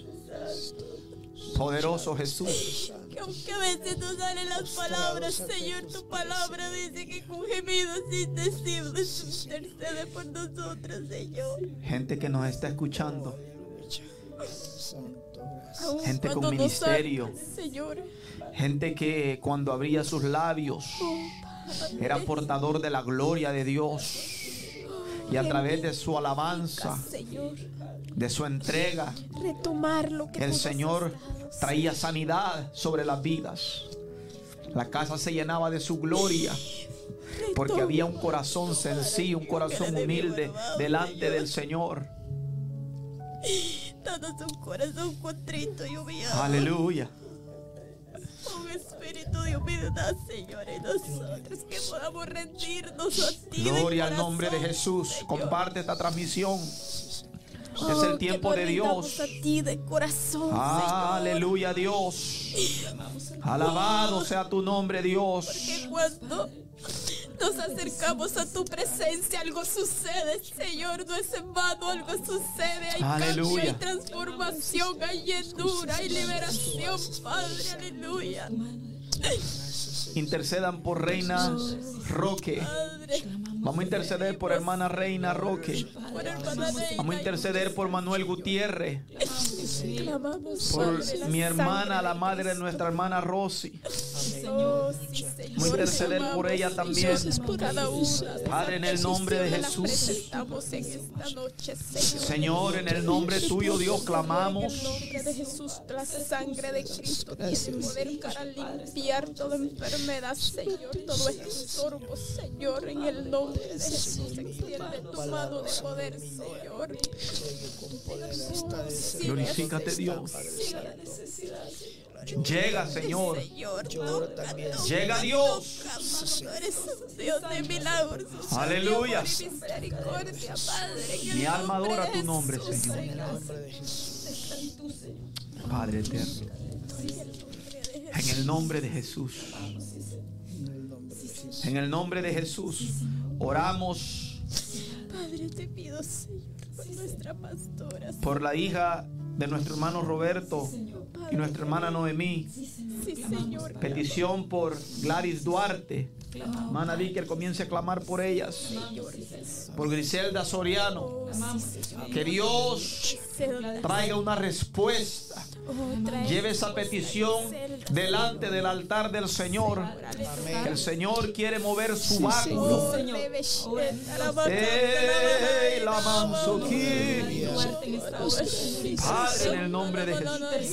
Poderoso Jesús. Que aunque a veces no salen las palabras, Señor, tu palabra dice que con gemidos indecibles intercede por nosotros, Señor. Gente que nos está escuchando. Aún gente con ministerio. Salgas, Señor. Gente que cuando abría sus labios era portador de la gloria de Dios. Y a través de su alabanza, de su entrega, retomar lo que el Señor traía sanidad sobre las vidas. La casa se llenaba de su gloria porque había un corazón sencillo, un corazón humilde delante del Señor. Danos un corazón contrito y humillado. Aleluya. Un espíritu de humildad, Señor, en nosotros, que podamos rendirnos a ti. Gloria al nombre de Jesús. Señor. Comparte esta transmisión. Oh, es el tiempo de Dios. A ti de corazón, aleluya, Dios. Alabado sea tu nombre, Dios. Porque cuando nos acercamos a tu presencia, algo sucede, Señor. No es en vano, algo sucede. Hay aleluya. Cambio, hay transformación, hay llenura, hay liberación, Padre. Aleluya. Intercedan por Reina Roque. Vamos a interceder por hermana Reina Roque. Vamos a interceder por Manuel Gutiérrez. Por mi hermana, la madre de nuestra hermana Rosy. Vamos a Vamos a interceder por ella también. Padre, en el nombre de Jesús. Señor, en el nombre tuyo, Dios, clamamos. En el nombre de Jesús, la sangre de Cristo tiene poder para limpiar toda enfermedad, Señor, todo estorbo, Señor, en el nombre de Jesús. Extiende tu mano de poder, Señor. Glorifícate, Dios. Llega, Señor. Llega, Dios. Dios de milagros. Aleluya. Misericordia, Padre. Mi alma adora tu nombre, Señor. Padre eterno. En el nombre de Jesús. En el nombre de Jesús. Oramos. Padre, te pido, Señor, por nuestra pastora. Por la hija de nuestro hermano Roberto y nuestra hermana Noemí. Sí, Señor. Petición por Gladys Duarte. Hermana Víker, comience a clamar por ellas. Por Griselda Soriano. Que Dios traiga una respuesta. Lleve esa petición delante del altar del Señor. Que el Señor quiere mover su báculo. ¡Ey, la manzoquí! Padre, en el nombre de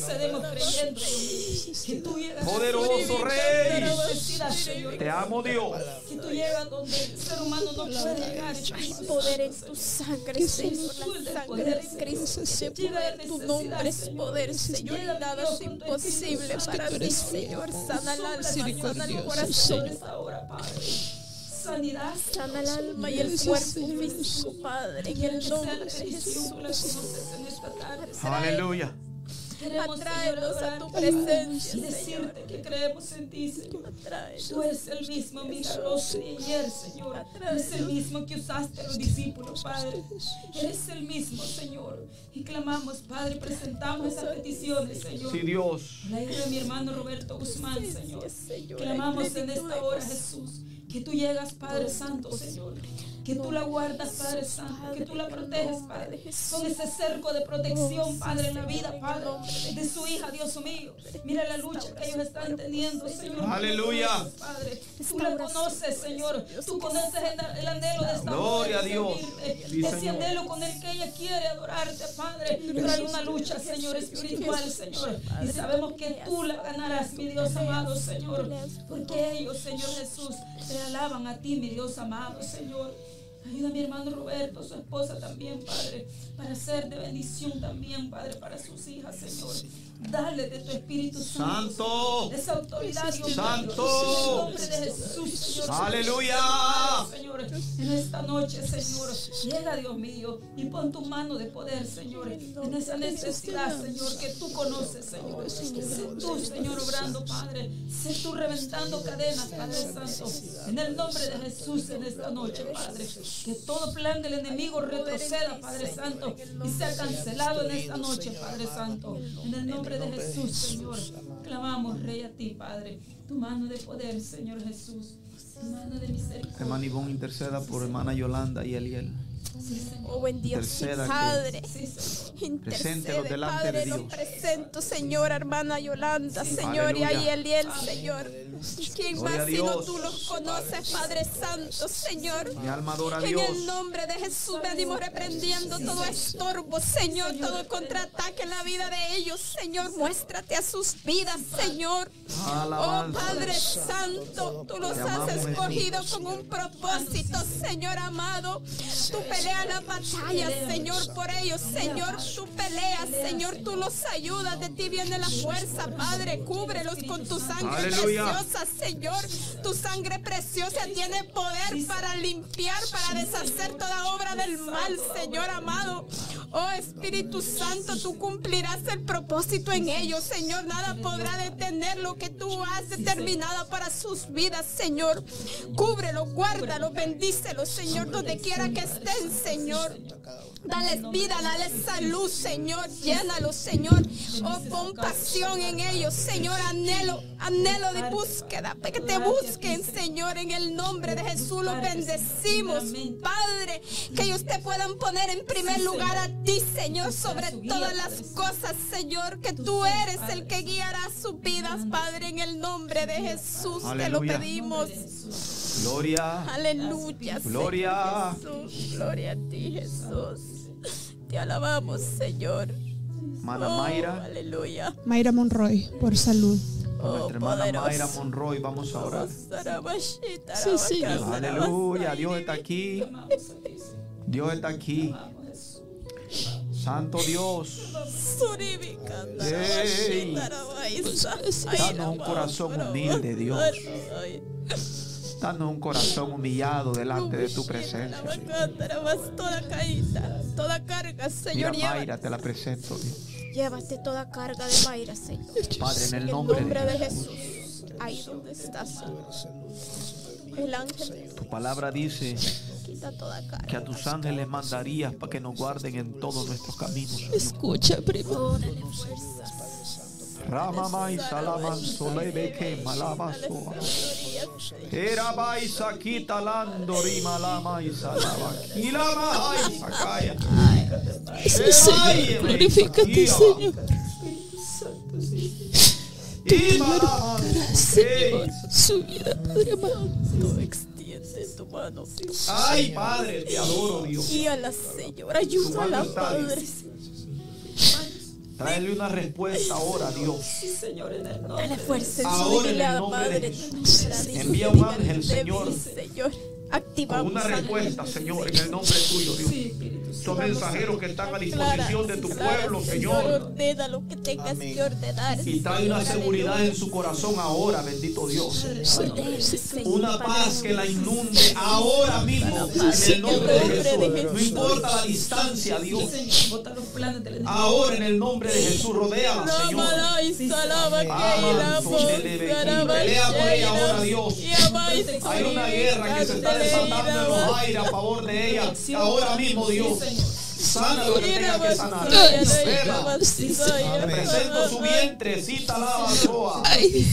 Jesús. Poderoso Rey. Te amo, Dios. Que tú llegas donde el ser humano no puede llegar. Hay poder en tu sangre, Señor. La sangre de Cristo. Tu nombre es poder, Señor. Nada es imposible para ti, Señor. Sana el alma, sana el corazón. Sanidad, sana el alma y el cuerpo físico, Padre, en el nombre de Jesús. Aleluya. Atráenos a tu presencia, y decirte que creemos en ti, Señor. Tú eres el mismo milagroso de ayer, Señor. Eres el mismo que usaste a los discípulos, Padre. Eres el mismo, Señor. Y clamamos, Padre, presentamos esas peticiones, Señor. Sí, Dios. La hija de mi hermano Roberto Guzmán, Señor. Clamamos en esta hora, Jesús, que tú llegas, Padre Santo, Señor. Que tú la guardas, Padre Santo, que tú la proteges, Padre, con ese cerco de protección, Padre, en la vida, Padre, de su hija, Dios mío. Mira la lucha que ellos están teniendo, Señor. Aleluya. Padre, tú la conoces, Señor. Tú conoces el anhelo de esta gloria a Dios. Sí, ese anhelo con el que ella quiere adorarte, Padre. Pero hay una lucha, Señor, espiritual, Señor. Y sabemos que tú la ganarás, mi Dios amado, Señor. Porque ellos, Señor Jesús, te alaban a ti, mi Dios amado, Señor. Ayuda a mi hermano Roberto, su esposa también, Padre, para ser de bendición también, Padre, para sus hijas, Señor. Dale de tu Espíritu Santo, Santo, esa autoridad, Dios Santo, en el nombre de Jesús, Señor. Aleluya. Señor, en esta noche, Señor, llega, Dios mío, y pon tu mano de poder, Señor, en esa necesidad, Señor, que tú conoces, Señor. Sé tú, Señor, obrando, Padre. Sé tú reventando cadenas, Padre Santo. En el nombre de Jesús, en esta noche, Padre. Que todo plan del enemigo retroceda, Padre Santo, y sea cancelado en esta noche, Padre Santo. En el nombre de Jesús, Señor, clamamos, Rey, a ti, Padre. Tu mano de poder, Señor Jesús. Tu mano de misericordia. Hermana Ivonne, interceda por hermana Yolanda y Eliel. Oh, buen Dios, Interceda, Padre, Preséntelo intercede, delante Padre, de Dios. lo presento, Señor, hermana Yolanda, Señor, y Aleluya. ahí Eliel, Señor. ¿Quién Gloria más a sino Dios. tú los conoces, Padre Santo, Señor? Mi alma adora a En Dios. el nombre de Jesús venimos reprendiendo todo estorbo, Señor, todo contraataque en la vida de ellos, Señor. Muéstrate a sus vidas, Señor. Alabanza. Oh, Padre Santo, tú los Te has amamos, escogido Jesús. con un propósito, Señor amado. Tú peleas las batallas, Señor, por ellos, Señor. Tú peleas, Señor, tú los ayudas. De ti viene la fuerza, Padre. Cúbrelos con tu sangre Aleluya. preciosa, Señor. Tu sangre preciosa tiene poder para limpiar, para deshacer toda obra del mal, Señor amado. Oh, Espíritu Santo, tú cumplirás el propósito en ellos, Señor. Nada podrá detener lo que tú has determinado para sus vidas, Señor. Cúbrelo, guárdalo, bendícelo, Señor, donde quiera que estén, Señor. Dales vida, dales salud, Señor. Llénalos, Señor. Oh, pon pasión en ellos, Señor. Anhelo, anhelo de búsqueda. Que te busquen, Señor. En el nombre de Jesús los bendecimos, Padre. Que ellos te puedan poner en primer lugar a ti, Señor, sobre todas las cosas, Señor, que tú eres el que guiará sus vidas, Padre, en el nombre de Jesús. Te lo pedimos. Gloria. Aleluya. Gloria. Jesús. Gloria a ti, Jesús. Te alabamos, Señor. Hermana Oh, Mayra. aleluya. Mayra Monroy, por salud. Con Oh, nuestra hermana poderoso. Mayra Monroy vamos a orar. Sí, Señor. Aleluya, Dios está aquí. Dios está aquí. Santo Dios. Ey. Danos un corazón humilde, Dios. Danos un corazón humillado delante de tu presencia, Señor. Toda caída, toda carga, Señor, Mira, lleva- Mayra, te la presento, Dios. llévate toda carga de Mayra, Señor. Padre, en el En el nombre nombre de de Jesús. Jesús. Ahí donde estás, Señor. El ángel Tu palabra dice quita toda carga. que a tus ángeles mandarías para que nos guarden en todos nuestros caminos, Señor. Escucha, primo. Órale, fuerzas. Ramamai salaman solebeke malabasoa. Erabai sakita landori malamai salaba. Ilamai sakaya. Sí, Señor, glorifícate, Señor. Señor, su vida, Padre amado. Tú extiende tu mano. Ay, Padre, te adoro, Dios. Guíala, Señor. Ayúdala, Padre. Tráele una respuesta ahora, Dios. Dale fuerza en su Ahora, en el vida, nombre de Padre. Jesús. Envía un ángel, Señor, Señor. con Activamos una respuesta, Señor, en el nombre tuyo, Dios. Son mensajeros que están a disposición de tu pueblo, Señor. Ordena lo que tengas que ordenar. Y trae una seguridad en su corazón ahora, bendito Dios. Una paz que la inunde ahora mismo, en el nombre de Jesús. No importa la distancia, Dios. Ahora, en el nombre de Jesús, rodea, Señor. Pelea por ella ahora, Dios. Hay una guerra que se está desatando en los aires a favor de ella. Ahora mismo, Dios. Sana lo que tenga que sanar. Rema. Te presento su vientre, cita la basoa.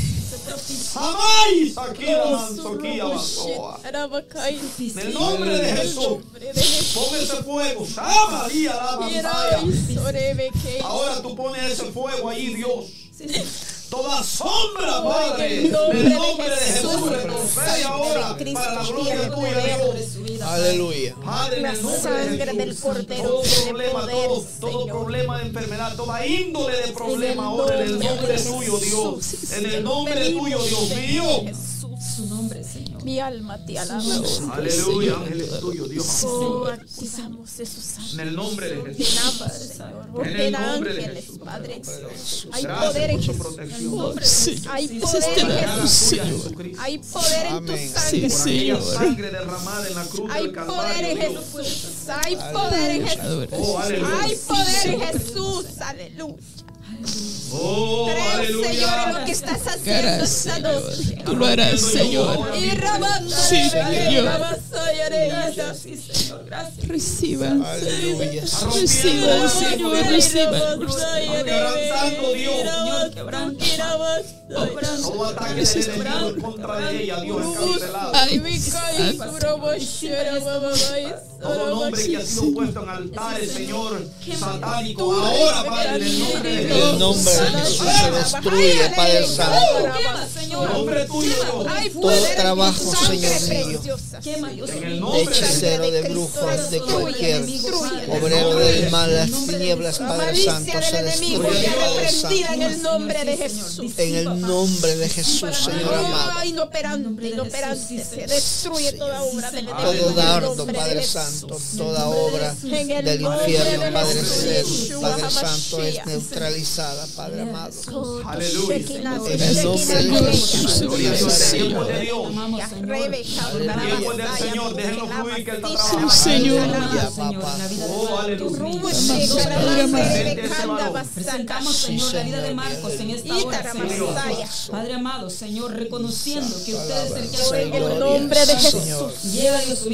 Jamás aquí la manzoquía basoa. En el nombre de Jesús, pon ese fuego. Sama María la pantalla. Ahora tú pones ese fuego ahí, Dios. Toda sombra, Padre, en el nombre de Jesús, retrocede ahora para la gloria tuya, Dios. Aleluya. Padre, en el nombre sangre de del Jesús, Cordero todo tiene problema, poder, todo, todo Señor. problema de enfermedad, toda índole de problema ahora en el nombre tuyo, Dios. En el nombre tuyo, Dios mío. Su nombre, Señor. Mi alma te alaba. Aleluya, ángeles tuyos, Dios. Oh, activamos esos ángeles. En el nombre de Jesús. Ordenamos, Señor. En el Ordena nombre de ángeles, Jesús. Padre. Hay Gracias poder en por su Jesús. protección. Hay poder en Sagrada Jesús. tuya, Jesucristo. Hay poder en tu Amén. sangre. Por aquella sangre derramada en la cruz Hay del poder Calvario, en Dios. Jesús. Hay poder en Jesús. Oh, aleluya. Hay poder en Jesús. Aleluya. Oh, Creo, Señor, en lo aleluya. que estás haciendo esta noche. Tú lo harás, Señor. Y rabando Sí, Señor. Sí, Señor, gracias. Reciban, Aleluya. reciban, Señor, reciban. Quebrantando, Dios. Señor, quebrantamos. Todo ataque del enemigo en contra de ella, Dios, es cancelado. Ay, Todo nombre que ha sido puesto en altares, Señor, satánico, ahora, Padre, en el nombre de En Jesús. el nombre de Jesús se destruye, Padre Santo. Nombre tuyo, Dios. Todo trabajo, Señor mío, En el de nombre de Jesús. hechicero, de brujo, de cualquier obrero del mal, las tinieblas, Padre Santo, Malicia se del enemigo destruye, ya Padre reprendida en Santo. el nombre de Jesús. En el nombre de Jesús, Señor amado. Ay, inoperante, inoperante. Se destruye toda obra del enemigo. Todo en el dardo, nombre de Padre Jesús. Santo, toda obra En el del nombre infierno, de Padre, Jesús, Santo, Padre Yeshua Santo, es Hamashiach. neutralizada, Padre amado. Oh, Aleluya. Shekinah, En el nombre de Shekinah, Jesús, Shekinah. Gloria a Dios, el tiempo de Dios. Ya, Rebeca, El tiempo del Señor, déjenlo fluir que Él está trabajando. Señor. Aleluya, papá. Oh, aleluya. Presentamos, Señor, la vida de Marcos en esta hora, Señor. Padre amado, Señor, reconociendo que usted es el que ha En el hecho nombre de Jesús. Señor. Lleva, Dios mío,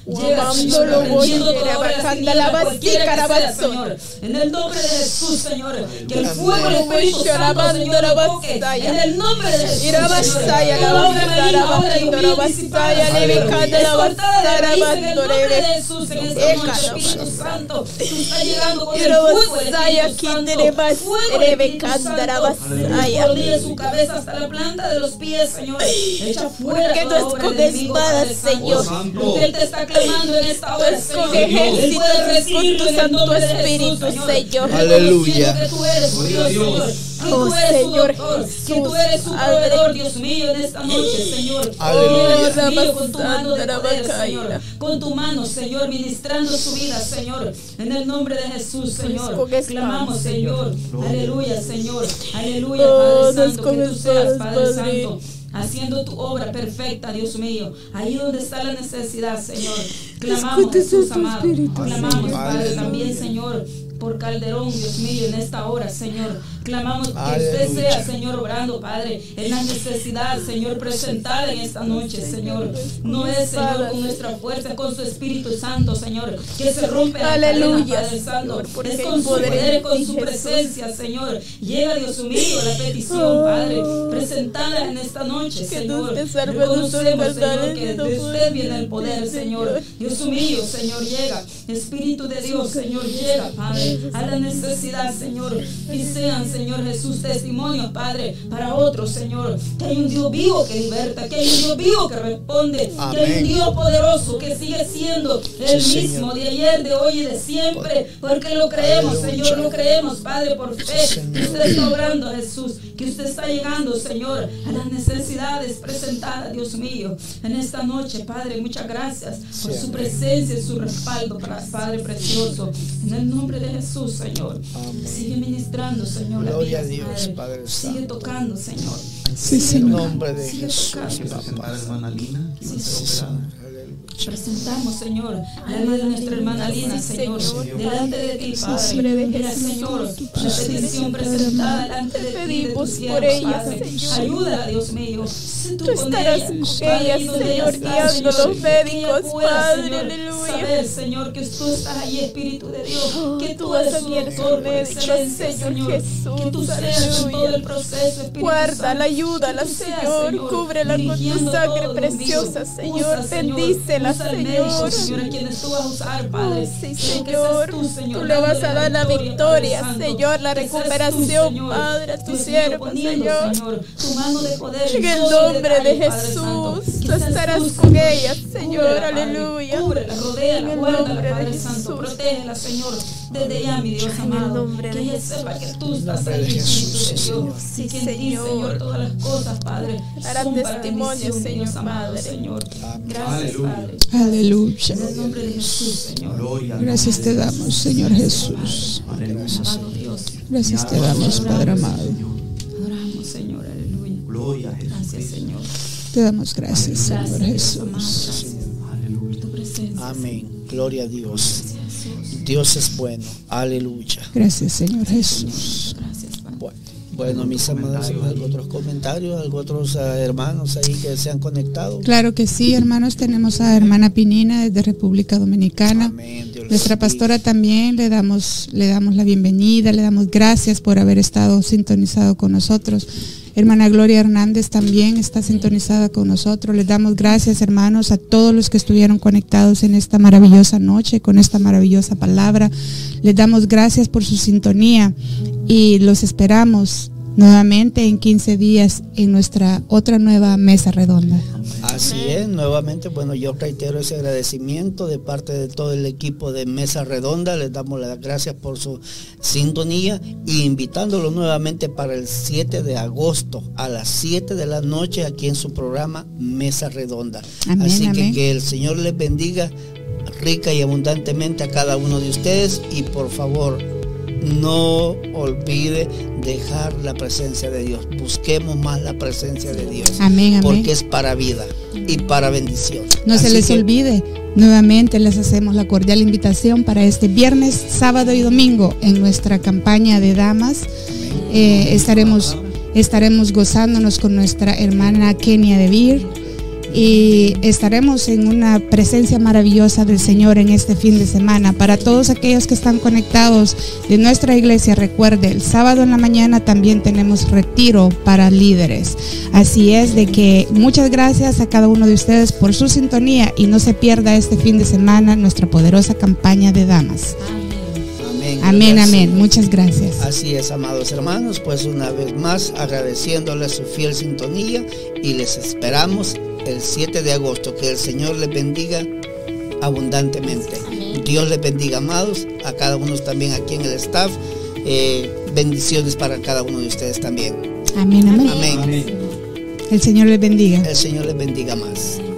Llega, Señor, aprendiendo toda obra de las tinieblas, cualquiera que sea, Señor. En el nombre de Jesús, Señor. Que el fuego del Espíritu Santo, Señor, lo toque. En el nombre de Jesús, Señor. Toda obra maligna, obra de humilde, disipada, Padre, es cortada de raíz en el nombre de Jesús. En esta noche, Espíritu Santo, tú estás llegando con el fuego del Espíritu Santo. Fuego del Espíritu Santo. Rodilla su cabeza hasta la planta de los pies, Señor. Echa fuera toda obra del enemigo, Padre Señor. Él te está clamando en esta hora, Señor. Él puede recibirlo en el nombre de Jesús, Señor. Aleluya. Que tú eres su Dios, Señor. Que tú eres su doctor, que tú eres su proveedor, Dios mío, en esta noche, Señor. Aleluya. Dios mío, con tu mano de poder, Señor. Con tu mano, Señor, ministrando su vida, Señor. En el nombre de Jesús, Señor. Clamamos, Señor. Aleluya, Señor. Aleluya, Padre Santo. Que tú seas, Padre Santo, haciendo tu obra perfecta, Dios mío. Ahí donde está la necesidad, Señor. Clamamos, Jesús amado. Clamamos, Padre, también, Señor, por Calderón, Dios mío, en esta hora, Señor. Clamamos que usted sea, Señor, obrando, Padre, en la necesidad, Señor, presentada en esta noche, Señor. No es, Señor, con nuestra fuerza, con su Espíritu Santo, Señor, que se rompe la cadena, Padre Santo. Es con su poder, con su presencia, Señor. Llega, Dios mío, la petición, Padre, presentada en esta noche, Señor. Reconocemos, Señor, que de usted viene el poder, Señor. Dios mío, Señor, llega. Espíritu de Dios, Señor, llega, Padre, a la necesidad, Señor. Y sean, Señor Jesús, testimonios, Padre, para otros, Señor. Que hay un Dios vivo que liberta, que hay un Dios vivo que responde, amén. Que hay un Dios poderoso que sigue siendo el sí, mismo Señor. De ayer, de hoy y de siempre, porque lo creemos, aleluya. Señor, lo creemos, Padre, por fe. Sí, que usted está obrando, Jesús, que usted está llegando, Señor, a las necesidades presentadas, Dios mío, en esta noche, Padre. Muchas gracias por sí, su presencia y su respaldo, Padre precioso. En el nombre de Jesús, Señor. Amén. Sigue ministrando, Señor. Gloria a Dios, Padre. Padre Sigue tocando, Señor. Sí, Sigue en el tocando, nombre de sigue Jesús. Tocando. Hermana Lina, sí, sí. Presentamos, Señor, la alma de nuestra hermana Lina, Señor, delante de ti, Padre. Mira, Señor, la petición presentada delante de ti, de tu sierva, Padre. Ayúdala, Dios mío. Tú estarás con ella, Señor, guiando los médicos, Padre, aleluya. Saber, Señor, que tú estás ahí, Espíritu de Dios, que tú eres su doctor por excelencia, Señor Jesús, que tú seas en todo el proceso, Espíritu guárdala, ayúdala, Señor, cúbrela con tu sangre preciosa, Señor, bendícela, Señor. Señor, a quienes tú vas a usar, Padre. Sí, Señor, tú, Señor, tú le vas a dar la victoria, Señor, la recuperación, tú, Padre, a tu siervo, Señor. Señor, tu mano de poder, en el nombre de Jesús, tú estarás con ella, Señor, aleluya. Cúbrela, rodéala, guárdala, Padre Santo, protégela, Señor, desde ya, mi Dios amado, que ella sepa que tú estás ahí, Espíritu de Dios, y que en ti, Señor, todas las cosas, Padre, darán testimonio, Señor, amado, Señor. Gracias, Padre. Aleluya. En el nombre de Jesús, Señor. Gracias te damos, Señor Jesús. Gracias te damos, Padre amado. Adoramos, Señor, aleluya. Gloria a Jesús. Gracias, Señor. Te damos gracias, Señor Jesús. Aleluya. Tu presencia. Amén. Gloria a Dios. Dios es bueno. Aleluya. Gracias, Señor Jesús. Gracias, Padre. Bueno, bueno, mis amados, ¿algo otros comentarios? ¿Algo otros uh, hermanos ahí que se han conectado? Claro que sí, hermanos. Tenemos a hermana Pinina desde República Dominicana. Amén. Dios Nuestra pastora también le damos, le damos la bienvenida, le damos gracias por haber estado sintonizado con nosotros. Hermana Gloria Hernández también está sintonizada con nosotros. Les damos gracias, hermanos, a todos los que estuvieron conectados en esta maravillosa noche, con esta maravillosa palabra. Les damos gracias por su sintonía y los esperamos nuevamente en quince días en nuestra otra nueva mesa redonda. Así es, nuevamente, bueno, yo reitero ese agradecimiento de parte de todo el equipo de Mesa Redonda. Les damos las gracias por su sintonía y invitándolo nuevamente para el siete de agosto a las siete de la noche aquí en su programa Mesa Redonda. Amén, Así amén. que que el Señor les bendiga rica y abundantemente a cada uno de ustedes y por favor, no olvide dejar la presencia de Dios. Busquemos más la presencia de Dios. Amén, amén. Porque es para vida y para bendición. No Así se les que, olvide, nuevamente les hacemos la cordial invitación para este viernes, sábado y domingo en nuestra campaña de damas. Eh, estaremos, estaremos gozándonos con nuestra hermana Kenia de Vir y estaremos en una presencia maravillosa del Señor en este fin de semana. Para todos aquellos que están conectados de nuestra iglesia, recuerde, el sábado en la mañana también tenemos retiro para líderes. Así es de que muchas gracias a cada uno de ustedes por su sintonía y no se pierda este fin de semana nuestra poderosa campaña de damas. Amén. Amén, amén. Muchas gracias. Así es, amados hermanos, pues una vez más agradeciéndoles su fiel sintonía y les esperamos el siete de agosto. Que el Señor les bendiga abundantemente. Dios les bendiga, amados, a cada uno también aquí en el staff. Eh, bendiciones para cada uno de ustedes también. Amén, amén. Amén. El Señor les bendiga. El Señor les bendiga más.